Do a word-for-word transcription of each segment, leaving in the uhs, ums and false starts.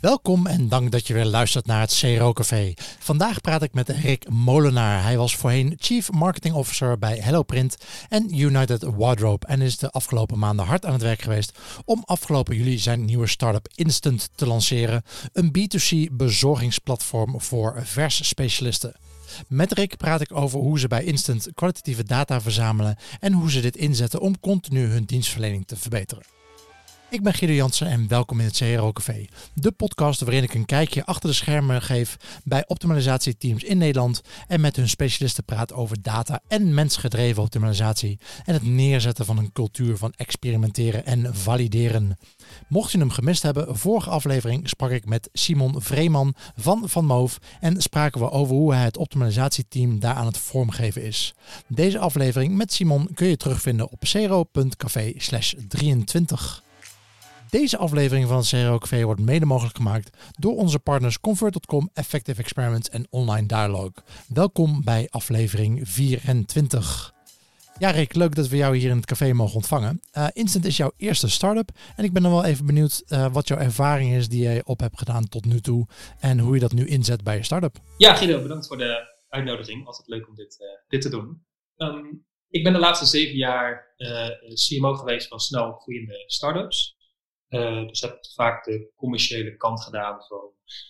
Welkom en dank dat je weer luistert naar het C R O Café. Vandaag praat ik met Rick Molenaar. Hij was voorheen Chief Marketing Officer bij HelloPrint en United Wardrobe en is de afgelopen maanden hard aan het werk geweest om afgelopen juli zijn nieuwe start-up Instant te lanceren. Een B twee C bezorgingsplatform voor versspecialisten. Met Rick praat ik over hoe ze bij Instant kwalitatieve data verzamelen en hoe ze dit inzetten om continu hun dienstverlening te verbeteren. Ik ben Guido Jansen en welkom in het C R O Café. De podcast waarin ik een kijkje achter de schermen geef bij optimalisatieteams in Nederland en met hun specialisten praat over data en mensgedreven optimalisatie en het neerzetten van een cultuur van experimenteren en valideren. Mocht je hem gemist hebben, vorige aflevering sprak ik met Simon Vreeman van Van Moof en spraken we over hoe hij het optimalisatieteam daar aan het vormgeven is. Deze aflevering met Simon kun je terugvinden op cro.café slash drieëntwintig. Deze aflevering van het C R O Café wordt mede mogelijk gemaakt door onze partners Convert punt com, Effective Experiments en Online Dialogue. Welkom bij aflevering vierentwintig. Ja Rick, leuk dat we jou hier in het café mogen ontvangen. Uh, Instant is jouw eerste start-up en ik ben dan wel even benieuwd uh, wat jouw ervaring is die jij op hebt gedaan tot nu toe en hoe je dat nu inzet bij je start-up. Ja Guido, bedankt voor de uitnodiging. Altijd leuk om dit, uh, dit te doen. Um, ik ben de laatste zeven jaar uh, C M O geweest van snel groeiende start-ups. Uh, dus heb vaak de commerciële kant gedaan van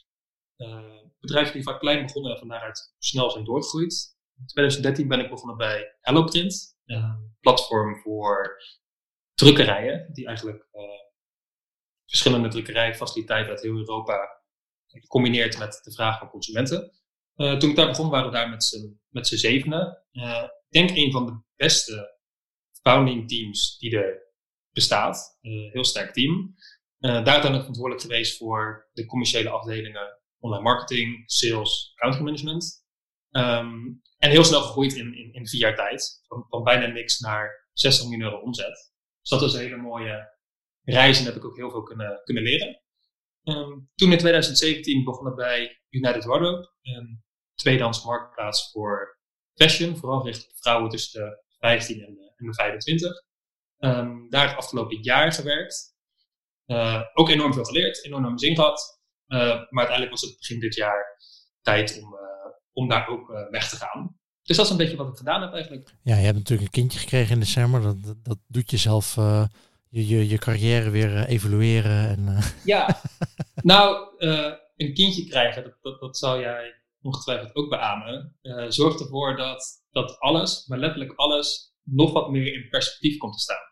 uh, bedrijven die vaak klein begonnen en van daaruit snel zijn doorgegroeid. In twintig dertien ben ik begonnen bij HelloPrint, een platform voor drukkerijen, die eigenlijk uh, verschillende drukkerijfaciliteiten uit heel Europa combineert met de vraag van consumenten. Uh, toen ik daar begon waren we daar met z'n, met z'n zevenen. Uh, ik denk een van de beste founding teams die er bestaat. Een uh, heel sterk team. Uh, daar uiteindelijk verantwoordelijk geweest voor de commerciële afdelingen online marketing, sales, account management. Um, en heel snel gegroeid in, in, in vier jaar tijd. Van, van bijna niks naar zestig miljoen euro omzet. Dus dat was een hele mooie reis en heb ik ook heel veel kunnen, kunnen leren. Um, toen in twintig zeventien begonnen bij United Wardrobe. Een tweedehands marktplaats voor fashion. Vooral gericht op vrouwen tussen de vijftien en de, en de vijfentwintig. Um, daar het afgelopen jaar gewerkt. Uh, ook enorm veel geleerd, enorm veel zin gehad. Uh, maar uiteindelijk was het begin dit jaar tijd om, uh, om daar ook uh, weg te gaan. Dus dat is een beetje wat ik gedaan heb eigenlijk. Ja, je hebt natuurlijk een kindje gekregen in december. Dat, dat, dat doet jezelf uh, je, je, je carrière weer uh, evalueren. En, uh... Ja, nou, uh, een kindje krijgen, dat, dat, dat zou jij ongetwijfeld ook beamen. Uh, zorgt ervoor dat, dat alles, maar letterlijk alles, nog wat meer in perspectief komt te staan.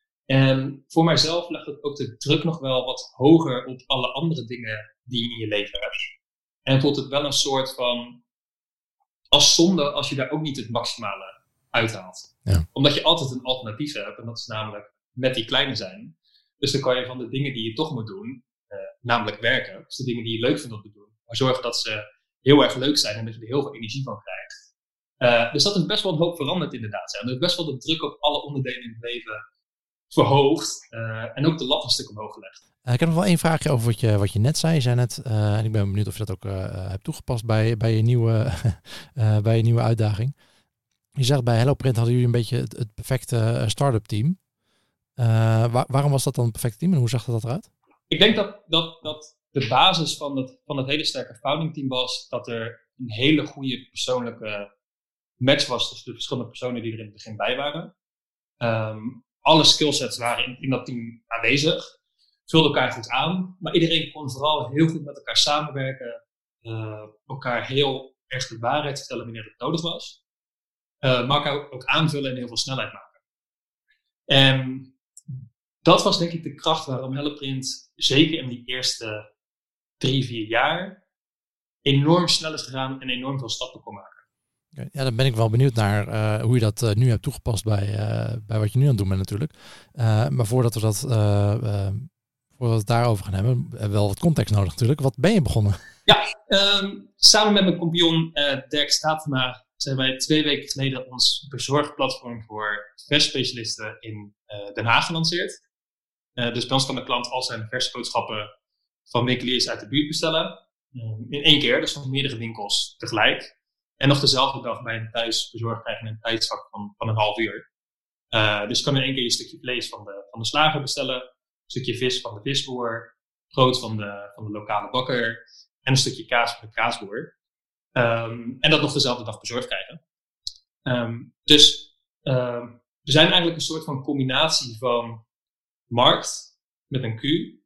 En voor mijzelf legt het ook de druk nog wel wat hoger op alle andere dingen die je in je leven hebt. En voelt het wel een soort van als zonde als je daar ook niet het maximale uithaalt. Ja. Omdat je altijd een alternatief hebt en dat is namelijk met die kleine zijn. Dus dan kan je van de dingen die je toch moet doen, uh, namelijk werken, dus de dingen die je leuk vindt om te doen, maar zorgen dat ze heel erg leuk zijn en dat je er heel veel energie van krijgt. Uh, dus dat is best wel een hoop veranderd inderdaad. En er is best wel de druk op alle onderdelen in het leven verhoogd uh, en ook de lat een stuk omhoog gelegd. Uh, ik heb nog wel één vraagje over wat je, wat je net zei. Je zei net, uh, en ik ben benieuwd of je dat ook uh, hebt toegepast bij, bij, je nieuwe, uh, bij je nieuwe uitdaging. Je zegt bij HelloPrint hadden jullie een beetje het, het perfecte uh, start-up team. Uh, waar, waarom was dat dan het perfecte team en hoe zag dat eruit? Ik denk dat, dat, dat de basis van het, van het hele sterke founding team was dat er een hele goede persoonlijke match was tussen de verschillende personen die er in het begin bij waren. Um, alle skillsets waren in, in dat team aanwezig, vulden elkaar goed aan, maar iedereen kon vooral heel goed met elkaar samenwerken, uh, elkaar heel erg de waarheid vertellen wanneer het nodig was, uh, maar elkaar ook aanvullen en heel veel snelheid maken. En dat was denk ik de kracht waarom HelloPrint zeker in die eerste drie, vier jaar enorm snel is gegaan en enorm veel stappen kon maken. Ja, dan ben ik wel benieuwd naar uh, hoe je dat uh, nu hebt toegepast bij, uh, bij wat je nu aan het doen bent natuurlijk. Uh, maar voordat we dat, uh, uh, voordat we het daarover gaan hebben, hebben we wel wat context nodig natuurlijk. Wat ben je begonnen? Ja, um, samen met mijn compagnon uh, Dirk Statema zijn wij twee weken geleden ons bezorgplatform voor versspecialisten in uh, Den Haag gelanceerd. Uh, dus bij ons kan de klant al zijn versboodschappen van winkeliers uit de buurt bestellen. Um, in één keer, dus van meerdere winkels tegelijk. En nog dezelfde dag bij een thuisbezorgd krijgen in een tijdsvak van, van een half uur. Uh, dus je kan in één keer je stukje vlees van de, van de slager bestellen. Een stukje vis van de visboer. brood van de, van de lokale bakker en een stukje kaas van de kaasboer. Um, en dat nog dezelfde dag bezorgd krijgen. Um, dus um, we zijn eigenlijk een soort van combinatie van markt met een Q,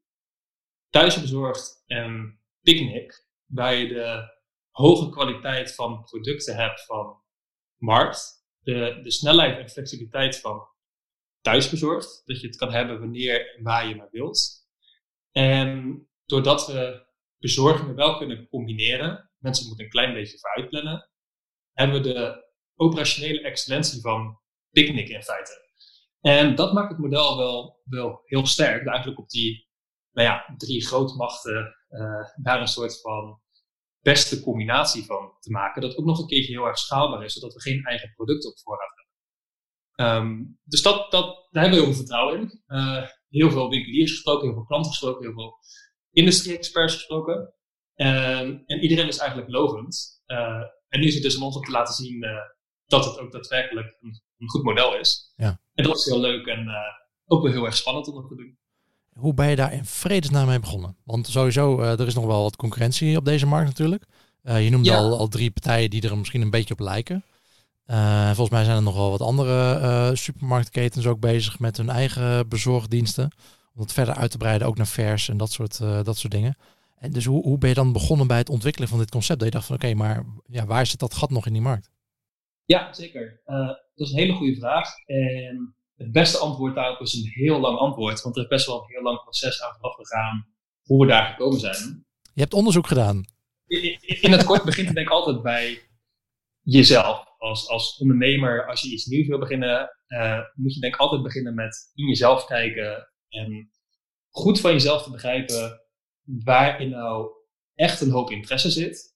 thuisbezorgd en picknick, waar je de hoge kwaliteit van producten hebt van markt, de, de snelheid en flexibiliteit van thuisbezorgd, dat je het kan hebben wanneer en waar je maar wilt. En doordat we bezorgingen wel kunnen combineren, mensen moeten een klein beetje vooruitplannen, hebben we de operationele excellentie van picknick in feite. En dat maakt het model wel, wel heel sterk, eigenlijk op die nou ja, drie grootmachten uh, daar een soort van beste combinatie van te maken, dat ook nog een keertje heel erg schaalbaar is, zodat we geen eigen product op voorraad hebben. Um, dus dat, dat, daar hebben we heel veel vertrouwen in. Uh, heel veel winkeliers gesproken, heel veel klanten gesproken, heel veel industrie-experts gesproken. En, en iedereen is eigenlijk lovend. Uh, en nu is het dus om ons om te laten zien uh, dat het ook daadwerkelijk een, een goed model is. Ja. En dat is heel leuk en uh, ook wel heel erg spannend om dat te doen. Hoe ben je daar in vredesnaam mee begonnen? Want sowieso, uh, er is nog wel wat concurrentie op deze markt natuurlijk. Uh, je noemde ja. al, al drie partijen die er misschien een beetje op lijken. Uh, volgens mij zijn er nog wel wat andere uh, supermarktketens ook bezig met hun eigen bezorgdiensten. Om het verder uit te breiden, ook naar vers en dat soort, uh, dat soort dingen. En dus hoe, hoe ben je dan begonnen bij het ontwikkelen van dit concept? Dat je dacht van oké, okay, maar ja, waar zit dat gat nog in die markt? Ja, zeker. Uh, dat is een hele goede vraag. En het beste antwoord daarop is een heel lang antwoord. Want er is best wel een heel lang proces aan vooraf gegaan hoe we daar gekomen zijn. Je hebt onderzoek gedaan. In, in het kort begint het denk ik altijd bij jezelf. Als, als ondernemer, als je iets nieuws wil beginnen, uh, moet je denk ik altijd beginnen met in jezelf kijken. En goed van jezelf te begrijpen waarin nou echt een hoop interesse zit.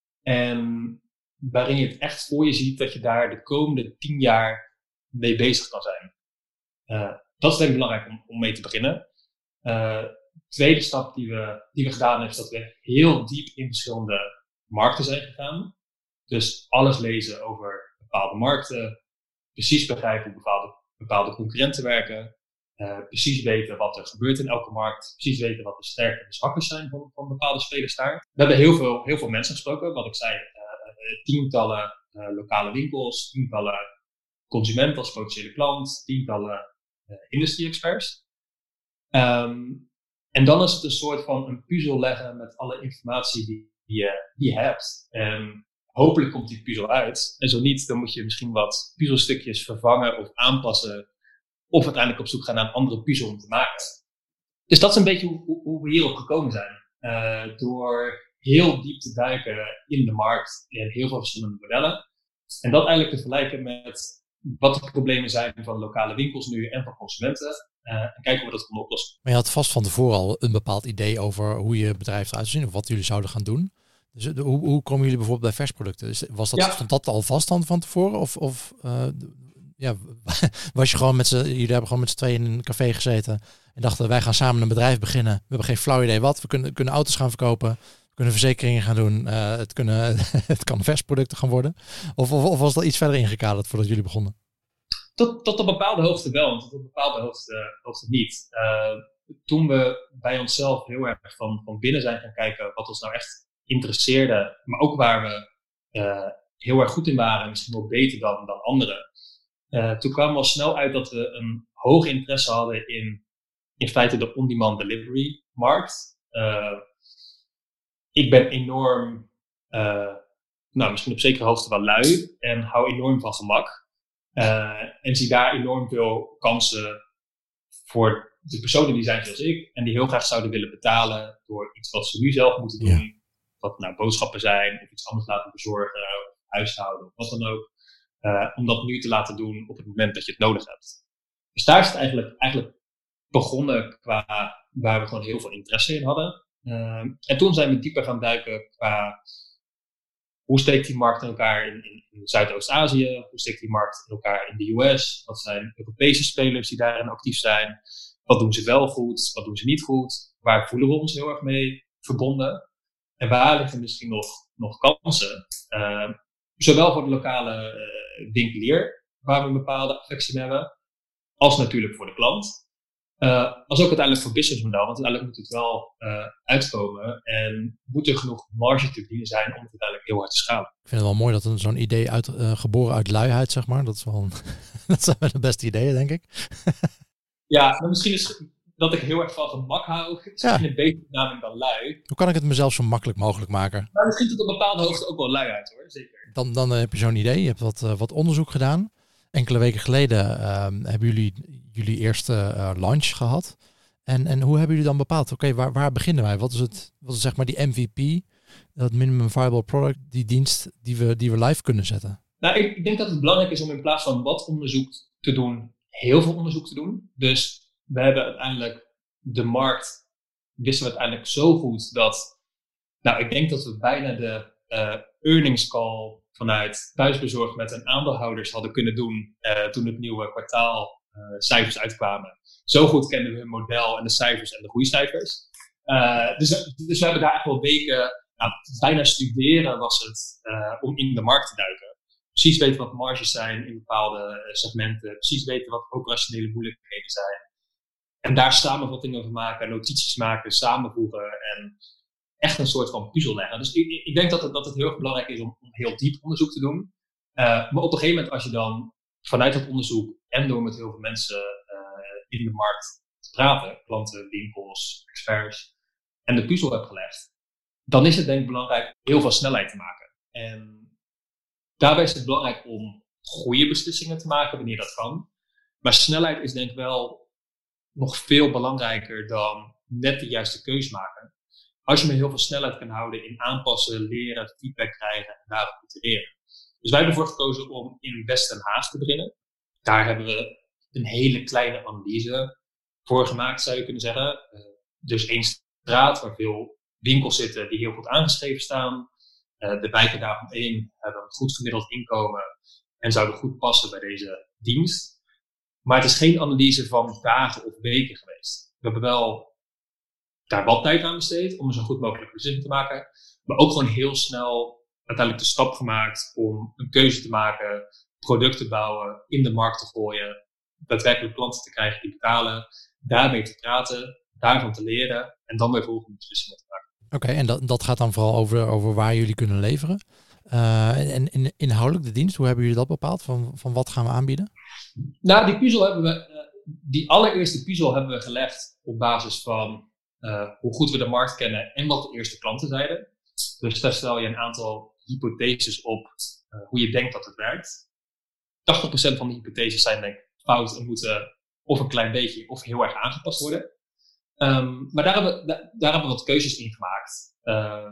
En waarin je het echt voor je ziet dat je daar de komende tien jaar mee bezig kan zijn. Uh, dat is denk ik belangrijk om, om mee te beginnen. Uh, de tweede stap die we, die we gedaan hebben, is dat we heel diep in verschillende markten zijn gegaan. Dus alles lezen over bepaalde markten, precies begrijpen hoe bepaalde, bepaalde concurrenten werken, uh, precies weten wat er gebeurt in elke markt, precies weten wat de sterke en de zwakke zijn van, van bepaalde spelers daar. We hebben heel veel, heel veel mensen gesproken, wat ik zei, uh, tientallen uh, lokale winkels, tientallen consumenten als potentiële klant, tientallen uh, industrie-experts. Um, en dan is het een soort van een puzzel leggen met alle informatie die, die, je, die je hebt. En hopelijk komt die puzzel uit. En zo niet, dan moet je misschien wat puzzelstukjes vervangen of aanpassen. Of uiteindelijk op zoek gaan naar een andere puzzel om te maken. Dus dat is een beetje hoe, hoe we hierop gekomen zijn. Uh, door heel diep te duiken in de markt in heel veel verschillende modellen. En dat eigenlijk te vergelijken met wat de problemen zijn van lokale winkels nu en van consumenten. Uh, en kijken hoe we dat kunnen oplossen. Maar je had vast van tevoren al een bepaald idee over hoe je bedrijf eruit zou zien of wat jullie zouden gaan doen. Dus de, hoe, hoe komen jullie bijvoorbeeld bij versproducten? Dus was dat, ja. Stond dat al vast dan van tevoren? Of, of uh, ja, was je gewoon met z'n, jullie hebben gewoon met z'n tweeën in een café gezeten en dachten wij gaan samen een bedrijf beginnen. We hebben geen flauw idee wat. We kunnen, kunnen auto's gaan verkopen. We kunnen verzekeringen gaan doen. Uh, het, kunnen, het kan versproducten gaan worden. Of, of, of was dat iets verder ingekaderd voordat jullie begonnen? Tot, tot een bepaalde hoogte wel, en tot een bepaalde hoogte, hoogte niet. Uh, toen we bij onszelf heel erg van, van binnen zijn gaan kijken wat ons nou echt interesseerde, maar ook waar we uh, heel erg goed in waren en misschien wel beter dan, dan anderen. Uh, toen kwamen we al snel uit dat we een hoog interesse hadden in, in feite de on-demand delivery markt. Uh, ik ben enorm, uh, nou misschien op zekere hoogte wel lui en hou enorm van gemak. Uh, en zie daar enorm veel kansen voor de personen die zijn zoals ik en die heel graag zouden willen betalen door iets wat ze nu zelf moeten doen. Ja. Wat nou boodschappen zijn of iets anders laten bezorgen of huishouden of wat dan ook. Uh, om dat nu te laten doen op het moment dat je het nodig hebt. Dus daar is het eigenlijk, eigenlijk begonnen qua waar we gewoon heel veel interesse in hadden. Uh, en toen zijn we dieper gaan duiken qua hoe steekt die markt in elkaar in, in, in Zuidoost-Azië? Hoe steekt die markt in elkaar in de U S? Wat zijn Europese spelers die daarin actief zijn? Wat doen ze wel goed? Wat doen ze niet goed? Waar voelen we ons heel erg mee verbonden? En waar liggen misschien nog, nog kansen? Uh, zowel voor de lokale uh, winkelier, waar we een bepaalde affectie mee hebben, als natuurlijk voor de klant. Uh, als ook uiteindelijk voor businessmodel, want uiteindelijk moet het wel uh, uitkomen en moet er genoeg marge te verdienen zijn om het uiteindelijk heel hard te schalen. Ik vind het wel mooi dat een, zo'n idee uit, uh, geboren uit luiheid, zeg maar. Dat, is wel een, dat zijn wel de beste ideeën, denk ik. Ja, maar misschien is dat ik heel erg van gemak hou. Is ja. een betere benaming dan lui. Hoe kan ik het mezelf zo makkelijk mogelijk maken? Maar misschien tot op een bepaalde hoogte ook wel luiheid, hoor. Zeker. Dan, dan uh, heb je zo'n idee. Je hebt wat, uh, wat onderzoek gedaan. Enkele weken geleden uh, hebben jullie jullie eerste uh, launch gehad. En, en hoe hebben jullie dan bepaald? Oké, okay, waar, waar beginnen wij? Wat is het? Wat is zeg maar die M V P, dat minimum viable product, die dienst die we, die we live kunnen zetten? Nou, ik, ik denk dat het belangrijk is om in plaats van wat onderzoek te doen, heel veel onderzoek te doen. Dus we hebben uiteindelijk de markt, wisten we uiteindelijk zo goed dat, nou, ik denk dat we bijna de uh, earnings call vanuit thuisbezorgd met een aandeelhouders hadden kunnen doen uh, toen het nieuwe kwartaal uh, cijfers uitkwamen. Zo goed kenden we hun model en de cijfers en de groeicijfers. Uh, dus, dus we hebben daar echt wel weken, nou, bijna studeren was het, uh, om in de markt te duiken. Precies weten wat marges zijn in bepaalde segmenten. Precies weten wat operationele moeilijkheden zijn. En daar samenvattingen van maken, notities maken, samenvoegen en echt een soort van puzzel leggen. Dus ik, ik denk dat het, dat het heel erg belangrijk is om, om heel diep onderzoek te doen. Uh, maar op een gegeven moment als je dan vanuit dat onderzoek en door met heel veel mensen uh, in de markt te praten, klanten, winkels, experts, en de puzzel hebt gelegd, dan is het denk ik belangrijk heel veel snelheid te maken. En daarbij is het belangrijk om goede beslissingen te maken wanneer dat kan. Maar snelheid is denk ik wel nog veel belangrijker dan net de juiste keus maken. Als je met heel veel snelheid kan houden in aanpassen, leren, feedback krijgen en daarop itereren. Dus wij hebben ervoor gekozen om in West Den Haag te beginnen. Daar hebben we een hele kleine analyse voor gemaakt, zou je kunnen zeggen. Uh, dus één straat waar veel winkels zitten die heel goed aangeschreven staan. Uh, de wijken daaromheen hebben een goed gemiddeld inkomen en zouden goed passen bij deze dienst. Maar het is geen analyse van dagen of weken geweest. We hebben wel daar wat tijd aan besteed om een zo goed mogelijk beslissing te maken. Maar ook gewoon heel snel uiteindelijk de stap gemaakt om een keuze te maken, producten te bouwen, in de markt te gooien, daadwerkelijk klanten te krijgen die betalen, daarmee te praten, daarvan te leren en dan weer volgende beslissingen te maken. Oké, okay, en dat, dat gaat dan vooral over, over waar jullie kunnen leveren. Uh, en in, inhoudelijk de dienst, hoe hebben jullie dat bepaald? Van, van wat gaan we aanbieden? Nou, die puzzel hebben we, uh, die allereerste puzzel hebben we gelegd op basis van uh, hoe goed we de markt kennen en wat de eerste klanten zeiden. Dus daar stel je een aantal hypotheses op uh, hoe je denkt dat het werkt. tachtig procent van de hypotheses zijn denk ik fout en moeten of een klein beetje of heel erg aangepast worden. Um, maar daar hebben, we, daar, daar hebben we wat keuzes in gemaakt. Uh,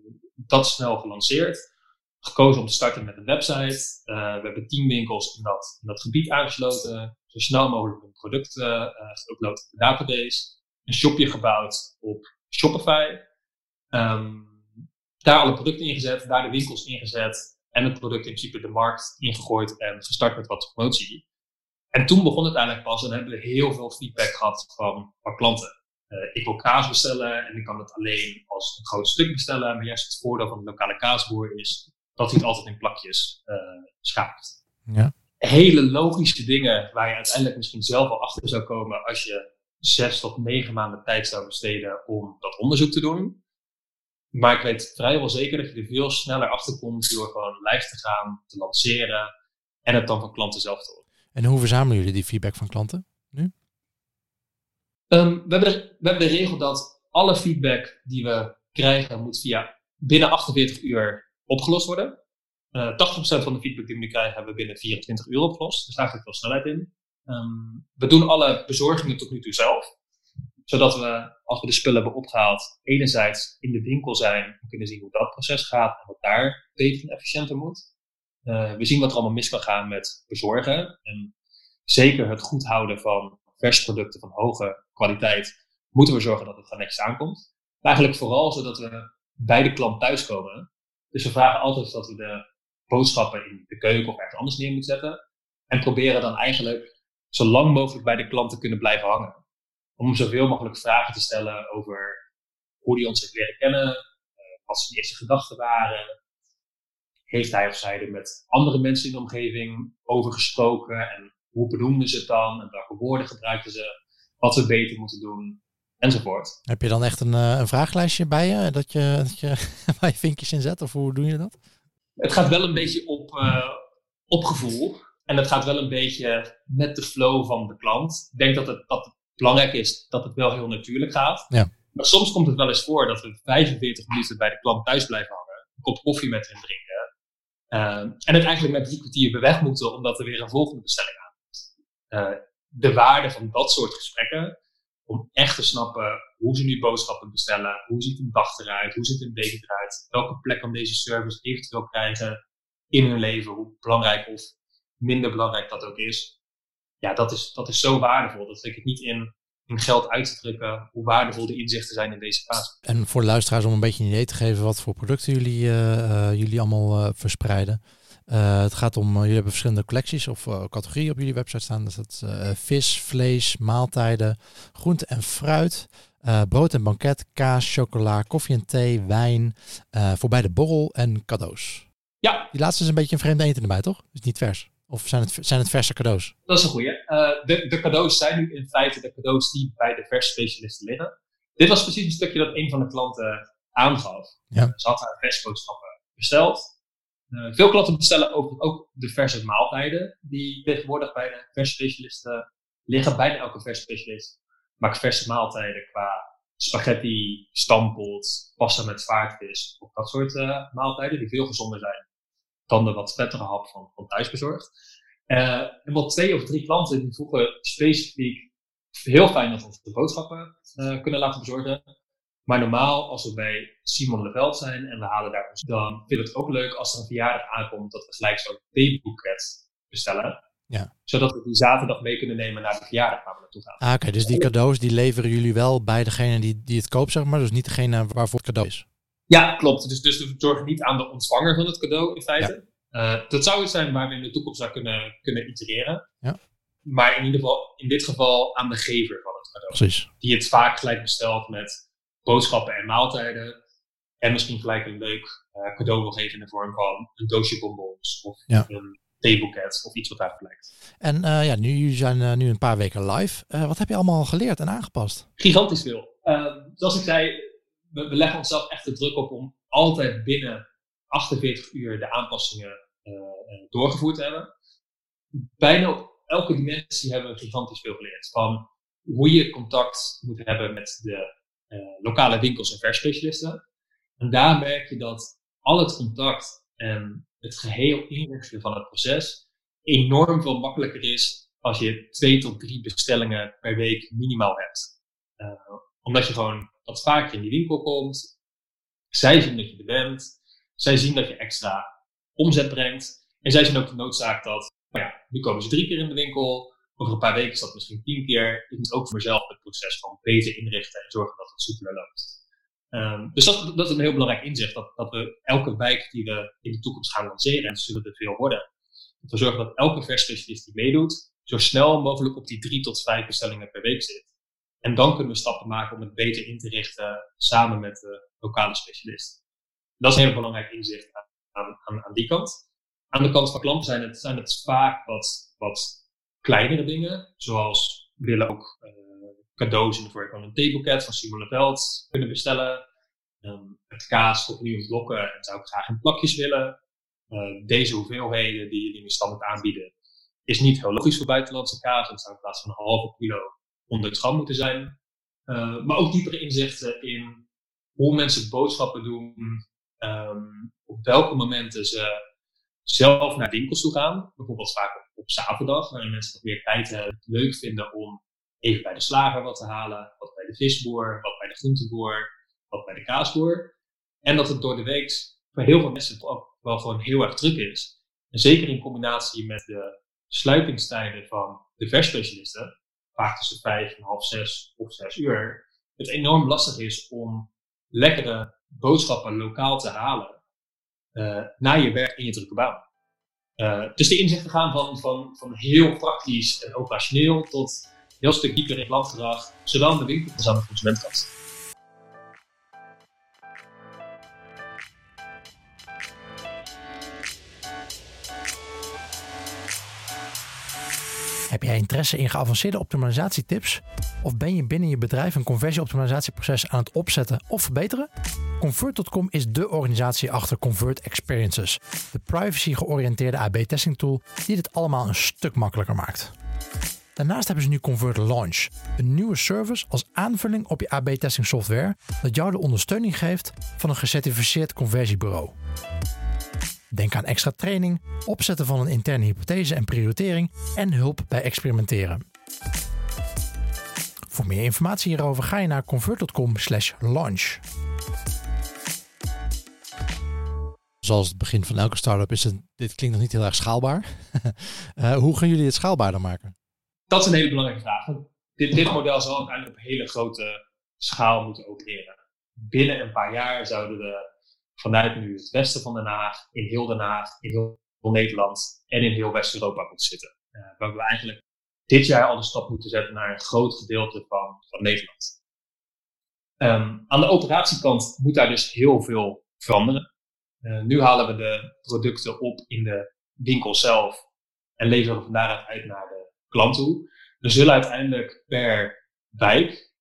dat snel gelanceerd. Gekozen om te starten met een website. Uh, we hebben tien winkels in dat, in dat gebied aangesloten. Zo snel mogelijk een product uh, geüpload op de database. Een shopje gebouwd op Shopify. Um, daar alle producten ingezet. Daar de winkels ingezet. En het product in principe de markt ingegooid. En gestart met wat promotie. En toen begon het eigenlijk pas. En hebben we heel veel feedback gehad van, van klanten. Uh, ik wil kaas bestellen en ik kan het alleen als een groot stuk bestellen. Maar juist het voordeel van de lokale kaasboer is dat hij het altijd in plakjes uh, schaapt. Ja. Hele logische dingen waar je uiteindelijk misschien zelf al achter zou komen als je zes tot negen maanden tijd zou besteden om dat onderzoek te doen. Maar ik weet vrijwel zeker dat je er veel sneller achter komt door gewoon live te gaan, te lanceren en het dan van klanten zelf te horen. En hoe verzamelen jullie die feedback van klanten nu? Um, we, hebben de, we hebben de regel dat alle feedback die we krijgen moet via binnen achtenveertig uur opgelost worden. Uh, tachtig procent van de feedback die we nu krijgen hebben we binnen vierentwintig uur opgelost. Dus daar zit veel snelheid in. Um, we doen alle bezorgingen tot nu toe zelf. Zodat we, als we de spullen hebben opgehaald, enerzijds in de winkel zijn en kunnen zien hoe dat proces gaat en wat daar beter en efficiënter moet. Uh, we zien wat er allemaal mis kan gaan met bezorgen. En zeker het goed houden van versproducten van hoge kwaliteit, moeten we zorgen dat het gewoon netjes aankomt. Maar eigenlijk vooral zodat we bij de klant thuiskomen. Dus we vragen altijd dat we de boodschappen in de keuken of ergens anders neer moeten zetten. En proberen dan eigenlijk zo lang mogelijk bij de klant te kunnen blijven hangen. Om hem zoveel mogelijk vragen te stellen over hoe hij ons heeft leren kennen, wat zijn eerste gedachten waren. Heeft hij of zij er met andere mensen in de omgeving over gesproken en hoe benoemden ze het dan en welke woorden gebruikten ze? wat we beter moeten doen, enzovoort. Heb je dan echt een, een vragenlijstje bij je, dat je, dat je waar je vinkjes in zet? Of hoe doe je dat? Het gaat wel een beetje op, uh, op gevoel. En het gaat wel een beetje met de flow van de klant. Ik denk dat het, dat het belangrijk is dat het wel heel natuurlijk gaat. Ja. Maar soms komt het wel eens voor dat we vijfenveertig minuten bij de klant thuis blijven hangen. Een kop koffie met hen drinken. Uh, en het eigenlijk met drie kwartier weer weg moeten, omdat er weer een volgende bestelling aan komt. Uh, de waarde van dat soort gesprekken, om echt te snappen hoe ze nu boodschappen bestellen, hoe ziet een dag eruit, hoe ziet een week eruit, welke plek kan deze service eventueel krijgen in hun leven, hoe belangrijk of minder belangrijk dat ook is. Ja, dat is, dat is zo waardevol. Dat trek ik niet in, in geld uit te drukken, hoe waardevol de inzichten zijn in deze fase. En voor de luisteraars om een beetje een idee te geven wat voor producten jullie, uh, uh, jullie allemaal uh, verspreiden. Uh, het gaat om, uh, jullie hebben verschillende collecties of uh, categorieën op jullie website staan. Dat is uh, vis, vlees, maaltijden, groente en fruit, uh, brood en banket, kaas, chocola, koffie en thee, wijn, uh, voor beide borrel en cadeaus. Ja. Die laatste is een beetje een vreemde eend erbij, toch? Is niet vers? Of zijn het, zijn het verse cadeaus? Dat is een goeie. Uh, de, de cadeaus zijn nu in feite de cadeaus die bij de versspecialisten liggen. Dit was precies een stukje dat een van de klanten aangaf. Ja. Ze had haar versboodschappen besteld. Uh, veel klanten bestellen ook, ook de verse maaltijden die tegenwoordig bij de versspecialisten liggen. Bijna elke versspecialist maakt verse maaltijden qua spaghetti, stamppot, pasta met vaartvis of dat soort uh, maaltijden die veel gezonder zijn dan de wat vettere hap van, van thuisbezorgd. Uh, en wel twee of drie klanten die vroegen specifiek heel fijn dat we onze boodschappen uh, kunnen laten bezorgen. Maar normaal, als we bij Simon Le Veld zijn en we halen daar ons, dan vinden we het ook leuk als er een verjaardag aankomt dat we gelijk zo'n theeboeket bestellen. Ja. Zodat we die zaterdag mee kunnen nemen naar de verjaardag waar we naartoe gaan. Ah, Oké, okay, dus die cadeaus die leveren jullie wel bij degene die, die het koopt, zeg maar. Dus niet degene waarvoor het cadeau is. Ja, klopt. Dus, dus we zorgen niet aan de ontvanger van het cadeau in feite. Ja. Uh, dat zou iets zijn waar we in de toekomst naar kunnen, kunnen itereren. Ja. Maar in ieder geval, in dit geval aan de gever van het cadeau. Precies. Die het vaak gelijk bestelt met boodschappen en maaltijden. En misschien gelijk een leuk uh, cadeau wil geven in de vorm van een doosje bonbons. Of ja. een theeboeket of iets wat daarop lijkt. En uh, ja, nu jullie zijn uh, nu een paar weken live. Uh, wat heb je allemaal geleerd en aangepast? Gigantisch veel. Uh, zoals ik zei, we, we leggen onszelf echt de druk op om altijd binnen achtenveertig uur de aanpassingen uh, doorgevoerd te hebben. Bijna op elke dimensie hebben we gigantisch veel geleerd. Van hoe je contact moet hebben met de uh, lokale winkels en versspecialisten. En daar merk je dat al het contact en het geheel inrichten van het proces enorm veel makkelijker is als je twee tot drie bestellingen per week minimaal hebt. Uh, omdat je gewoon wat vaker in die winkel komt. Zij zien dat je er bent. Zij zien dat je extra omzet brengt. En zij zien ook de noodzaak dat, nou ja, nu komen ze drie keer in de winkel. Over een paar weken is dat misschien tien keer. Ik moet ook voor mezelf het proces van beter inrichten en zorgen dat het soepeler loopt. Um, dus dat, dat is een heel belangrijk inzicht. Dat, dat we elke wijk die we in de toekomst gaan lanceren, en zullen er veel worden, dat we zorgen dat elke versspecialist die meedoet, zo snel mogelijk op die drie tot vijf bestellingen per week zit. En dan kunnen we stappen maken om het beter in te richten samen met de lokale specialist. Dat is een heel belangrijk inzicht aan, aan, aan die kant. Aan de kant van klanten zijn het, zijn het vaak wat, wat kleinere dingen, zoals we willen ook uh, cadeaus in de vorm van een theeboeket van Simon Le Veld kunnen bestellen. Um, het kaas tot nu in blokken en zou ik graag in plakjes willen. Uh, deze hoeveelheden die jullie nu standaard aanbieden is niet heel logisch voor buitenlandse kaas. Het zou in plaats van een halve kilo honderd gram moeten zijn. Uh, maar ook diepere inzichten in hoe mensen boodschappen doen. Um, op welke momenten ze zelf naar winkels toe gaan. Bijvoorbeeld vaak op, op zaterdag, waarin mensen wat meer tijd hebben, het leuk vinden om even bij de slager wat te halen. Wat bij de visboer, wat bij de groenteboer, wat bij de kaasboer. En dat het door de week voor heel veel mensen ook wel gewoon heel erg druk is. En zeker in combinatie met de sluitingstijden van de versspecialisten, vaak tussen vijf en half zes of zes uur, het enorm lastig is om lekkere boodschappen lokaal te halen uh, na je werk in je drukke baan. Uh, dus de inzichten gaan van, van, van heel praktisch en operationeel tot heel stuk dieper in klantgedrag, zowel in de winkel als aan de consumentenkant. Heb jij interesse in geavanceerde optimalisatietips? Of ben je binnen je bedrijf een conversieoptimalisatieproces aan het opzetten of verbeteren? Convert punt com is dé organisatie achter Convert Experiences, de privacy-georiënteerde A B-testing tool die dit allemaal een stuk makkelijker maakt. Daarnaast hebben ze nu Convert Launch, een nieuwe service als aanvulling op je A B-testing software dat jou de ondersteuning geeft van een gecertificeerd conversiebureau. Denk aan extra training, opzetten van een interne hypothese en prioritering en hulp bij experimenteren. Voor meer informatie hierover ga je naar convert punt com slash launch. Zoals het begin van elke start-up is het, dit klinkt nog niet heel erg schaalbaar. uh, hoe gaan jullie het schaalbaarder maken? Dat is een hele belangrijke vraag. Dit, dit model zal uiteindelijk op hele grote schaal moeten opereren. Binnen een paar jaar zouden we vanuit nu het westen van Den Haag, in heel Den Haag, in heel Nederland en in heel West-Europa moeten zitten. Uh, waar we eigenlijk dit jaar al de stap moeten zetten naar een groot gedeelte van, van Nederland. Um, aan de operatiekant moet daar dus heel veel veranderen. Uh, nu halen we de producten op in de winkel zelf en leveren we van daaruit uit naar de klant toe. We zullen uiteindelijk per wijk,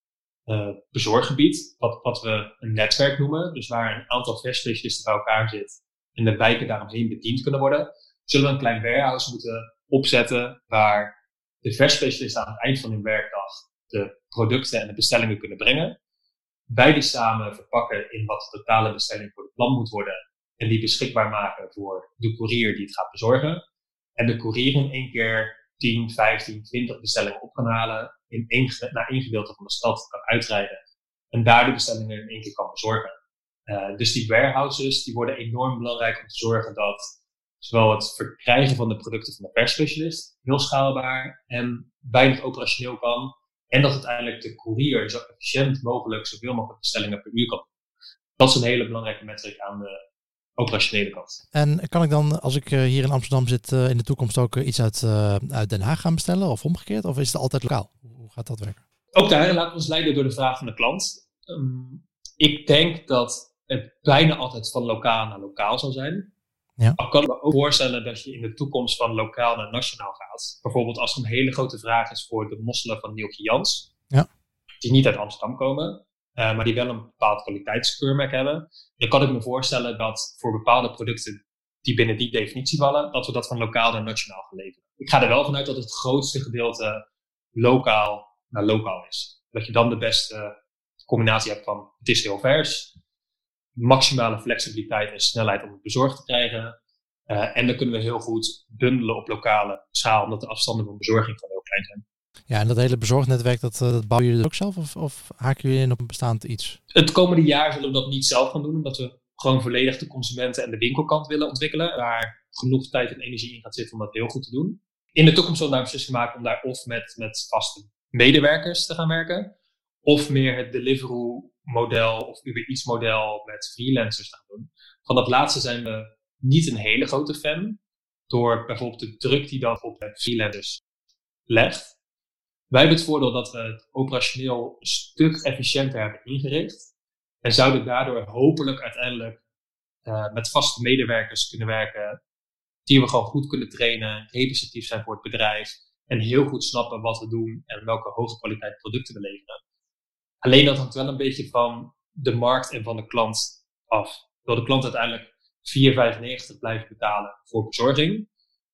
uh, bezorggebied, wat, wat we een netwerk noemen, dus waar een aantal verspecialisten bij elkaar zit en de wijken daaromheen bediend kunnen worden, zullen we een klein warehouse moeten opzetten waar de versspecialisten aan het eind van hun werkdag de producten en de bestellingen kunnen brengen. Wij die samen verpakken in wat de totale bestelling voor de klant moet worden en die beschikbaar maken voor de courier die het gaat bezorgen. En de courier in één keer tien, vijftien, twintig bestellingen op kan halen, in één, naar één gedeelte van de stad kan uitrijden en daar de bestellingen in één keer kan bezorgen. Uh, dus die warehouses die worden enorm belangrijk om te zorgen dat zowel het verkrijgen van de producten van de persspecialist heel schaalbaar en weinig operationeel kan. En dat uiteindelijk de courier zo efficiënt mogelijk zoveel mogelijk bestellingen per uur kan doen. Dat is een hele belangrijke metric aan de operationele kant. En kan ik dan, als ik hier in Amsterdam zit, in de toekomst ook iets uit, uh, uit Den Haag gaan bestellen of omgekeerd? Of is het altijd lokaal? Hoe gaat dat werken? Ook daar laten we ons leiden door de vraag van de klant. Um, ik denk dat het bijna altijd van lokaal naar lokaal zal zijn. Ja. Ik kan me ook voorstellen dat je in de toekomst van lokaal naar nationaal gaat. Bijvoorbeeld als er een hele grote vraag is voor de mosselen van Nieltje Jans. Ja. Die niet uit Amsterdam komen, uh, maar die wel een bepaald kwaliteitskeurmerk hebben. Dan kan ik me voorstellen dat voor bepaalde producten die binnen die definitie vallen, dat we dat van lokaal naar nationaal gaan leveren. Ik ga er wel vanuit dat het grootste gedeelte lokaal naar lokaal is. Dat je dan de beste combinatie hebt van het is heel vers, maximale flexibiliteit en snelheid om het bezorgd te krijgen. Uh, en dan kunnen we heel goed bundelen op lokale schaal, omdat de afstanden van bezorging gewoon heel klein zijn. Ja, en dat hele bezorgnetwerk, dat, dat bouwen jullie ook zelf of, of haken jullie in op een bestaand iets? Het komende jaar zullen we dat niet zelf gaan doen, omdat we gewoon volledig de consumenten en de winkelkant willen ontwikkelen, waar genoeg tijd en energie in gaat zitten om dat heel goed te doen. In de toekomst zullen we daar een beslissing maken om daar of met, met vaste medewerkers te gaan werken, of meer het Deliveroo-model of Uber Eats-model met freelancers te gaan doen. Van dat laatste zijn we niet een hele grote fan, door bijvoorbeeld de druk die dat op de freelancers legt. Wij hebben het voordeel dat we het operationeel een stuk efficiënter hebben ingericht en zouden daardoor hopelijk uiteindelijk uh, met vaste medewerkers kunnen werken die we gewoon goed kunnen trainen, representatief zijn voor het bedrijf en heel goed snappen wat we doen en welke hoge kwaliteit producten we leveren. Alleen dat hangt wel een beetje van de markt en van de klant af. Wil de klant uiteindelijk vier vijfennegentig blijven betalen voor bezorging,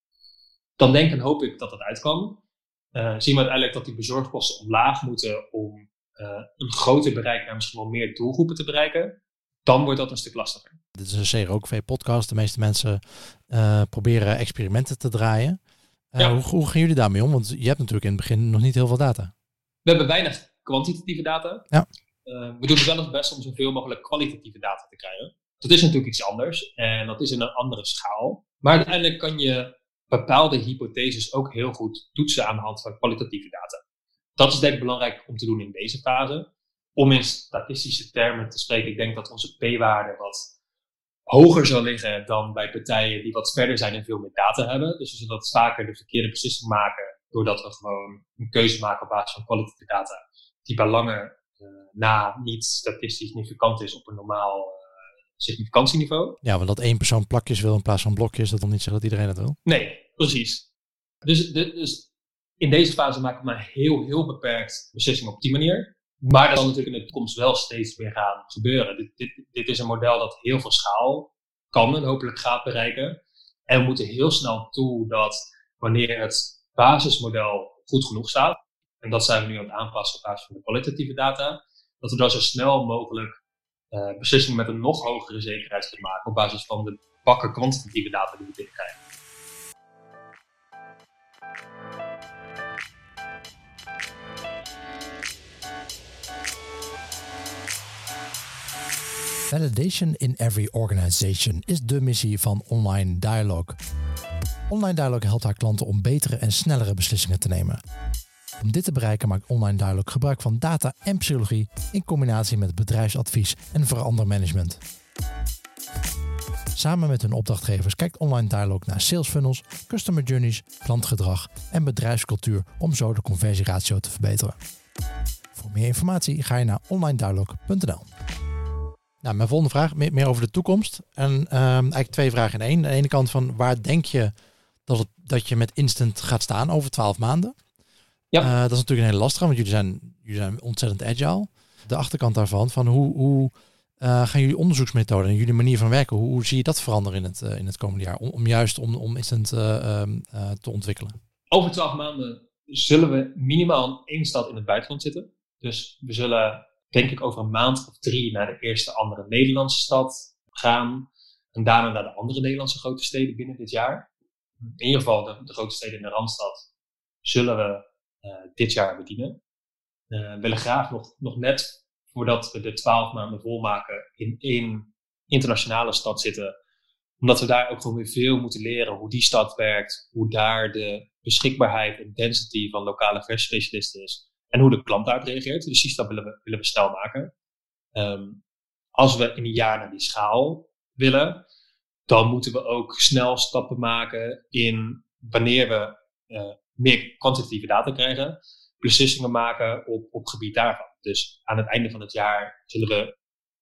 dan denk en hoop ik dat dat uit kan. Uh, zien we uiteindelijk dat die bezorgkosten omlaag moeten om uh, een groter bereik naar misschien wel meer doelgroepen te bereiken, dan wordt dat een stuk lastiger. Dit is een C R O K V-podcast. De meeste mensen uh, proberen experimenten te draaien. Uh, ja. hoe, hoe gaan jullie daarmee om? Want je hebt natuurlijk in het begin nog niet heel veel data. We hebben weinig kwantitatieve data. Ja. Uh, we doen het wel het best om zoveel mogelijk kwalitatieve data te krijgen. Dat is natuurlijk iets anders en dat is in een andere schaal. Maar uiteindelijk kan je bepaalde hypotheses ook heel goed toetsen aan de hand van kwalitatieve data. Dat is denk ik belangrijk om te doen in deze fase. Om in statistische termen te spreken, ik denk dat onze p-waarde wat hoger zal liggen dan bij partijen die wat verder zijn en veel meer data hebben. Dus we zullen dat vaker de verkeerde beslissing maken, doordat we gewoon een keuze maken op basis van kwalitatieve data, die bij lange uh, na niet statistisch significant is op een normaal uh, significantieniveau. Ja, want dat één persoon plakjes wil in plaats van blokjes, dat wil niet zeggen dat iedereen dat wil. Nee, precies. Dus, dus In deze fase maken we maar heel, heel beperkt beslissingen op die manier. Maar dat zal natuurlijk in de toekomst wel steeds meer gaan gebeuren. Dit, dit, dit is een model dat heel veel schaal kan en hopelijk gaat bereiken. En we moeten heel snel toe dat wanneer het basismodel goed genoeg staat, en dat zijn we nu aan het aanpassen op basis van de kwalitatieve data, dat we dan zo snel mogelijk uh, beslissingen met een nog hogere zekerheid kunnen maken op basis van de bakken kwantitatieve data die we binnenkrijgen. Validation in every organization is de missie van Online Dialogue. Online Dialogue helpt haar klanten om betere en snellere beslissingen te nemen. Om dit te bereiken maakt Online Dialogue gebruik van data en psychologie in combinatie met bedrijfsadvies en verandermanagement. Samen met hun opdrachtgevers kijkt Online Dialogue naar sales funnels, customer journeys, klantgedrag en bedrijfscultuur om zo de conversieratio te verbeteren. Voor meer informatie ga je naar online dialogue punt n l. Nou, mijn volgende vraag, meer, meer over de toekomst. En um, eigenlijk twee vragen in één. Aan de ene kant van waar denk je dat, het, dat je met Instant gaat staan over twaalf maanden? Ja. Uh, dat is natuurlijk een hele lastige, want jullie zijn, jullie zijn ontzettend agile. De achterkant daarvan, van hoe, hoe uh, gaan jullie onderzoeksmethoden en jullie manier van werken, hoe, hoe zie je dat veranderen in het, uh, in het komende jaar? Om, om juist om, om Instant uh, um, uh, te ontwikkelen. Over twaalf maanden zullen we minimaal in één stad in het buitenland zitten. Dus we zullen, denk ik, over een maand of drie naar de eerste andere Nederlandse stad gaan. En daarna naar de andere Nederlandse grote steden binnen dit jaar. In ieder geval de, de grote steden in de Randstad zullen we uh, dit jaar bedienen. Uh, we willen graag nog, nog net voordat we de twaalf maanden volmaken in één internationale stad zitten. Omdat we daar ook gewoon weer veel moeten leren hoe die stad werkt. Hoe daar de beschikbaarheid en density van lokale versspecialisten is. En hoe de klant daarop reageert. Dus die stap willen we, willen we snel maken. Um, als we in een jaar naar die schaal willen, dan moeten we ook snel stappen maken in wanneer we uh, meer kwantitatieve data krijgen, beslissingen maken op, op gebied daarvan. Dus aan het einde van het jaar zullen we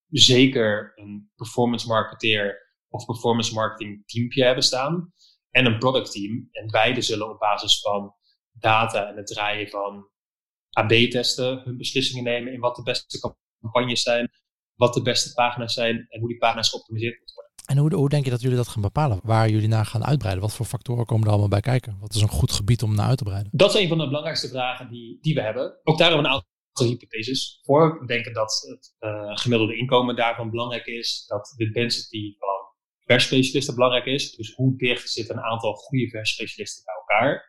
zeker een performance marketeer of performance marketing teampje hebben staan en een product team. En beide zullen op basis van data en het draaien van A B-testen hun beslissingen nemen in wat de beste campagnes zijn, wat de beste pagina's zijn en hoe die pagina's geoptimaliseerd moeten worden. En hoe, hoe denk je dat jullie dat gaan bepalen? Waar jullie naar gaan uitbreiden? Wat voor factoren komen er allemaal bij kijken? Wat is een goed gebied om naar uit te breiden? Dat is een van de belangrijkste vragen die, die we hebben. Ook daar hebben we een aantal hypotheses voor. We denken dat het uh, gemiddelde inkomen daarvan belangrijk is. Dat de density van versspecialisten belangrijk is. Dus hoe dicht zitten een aantal goede versspecialisten bij elkaar.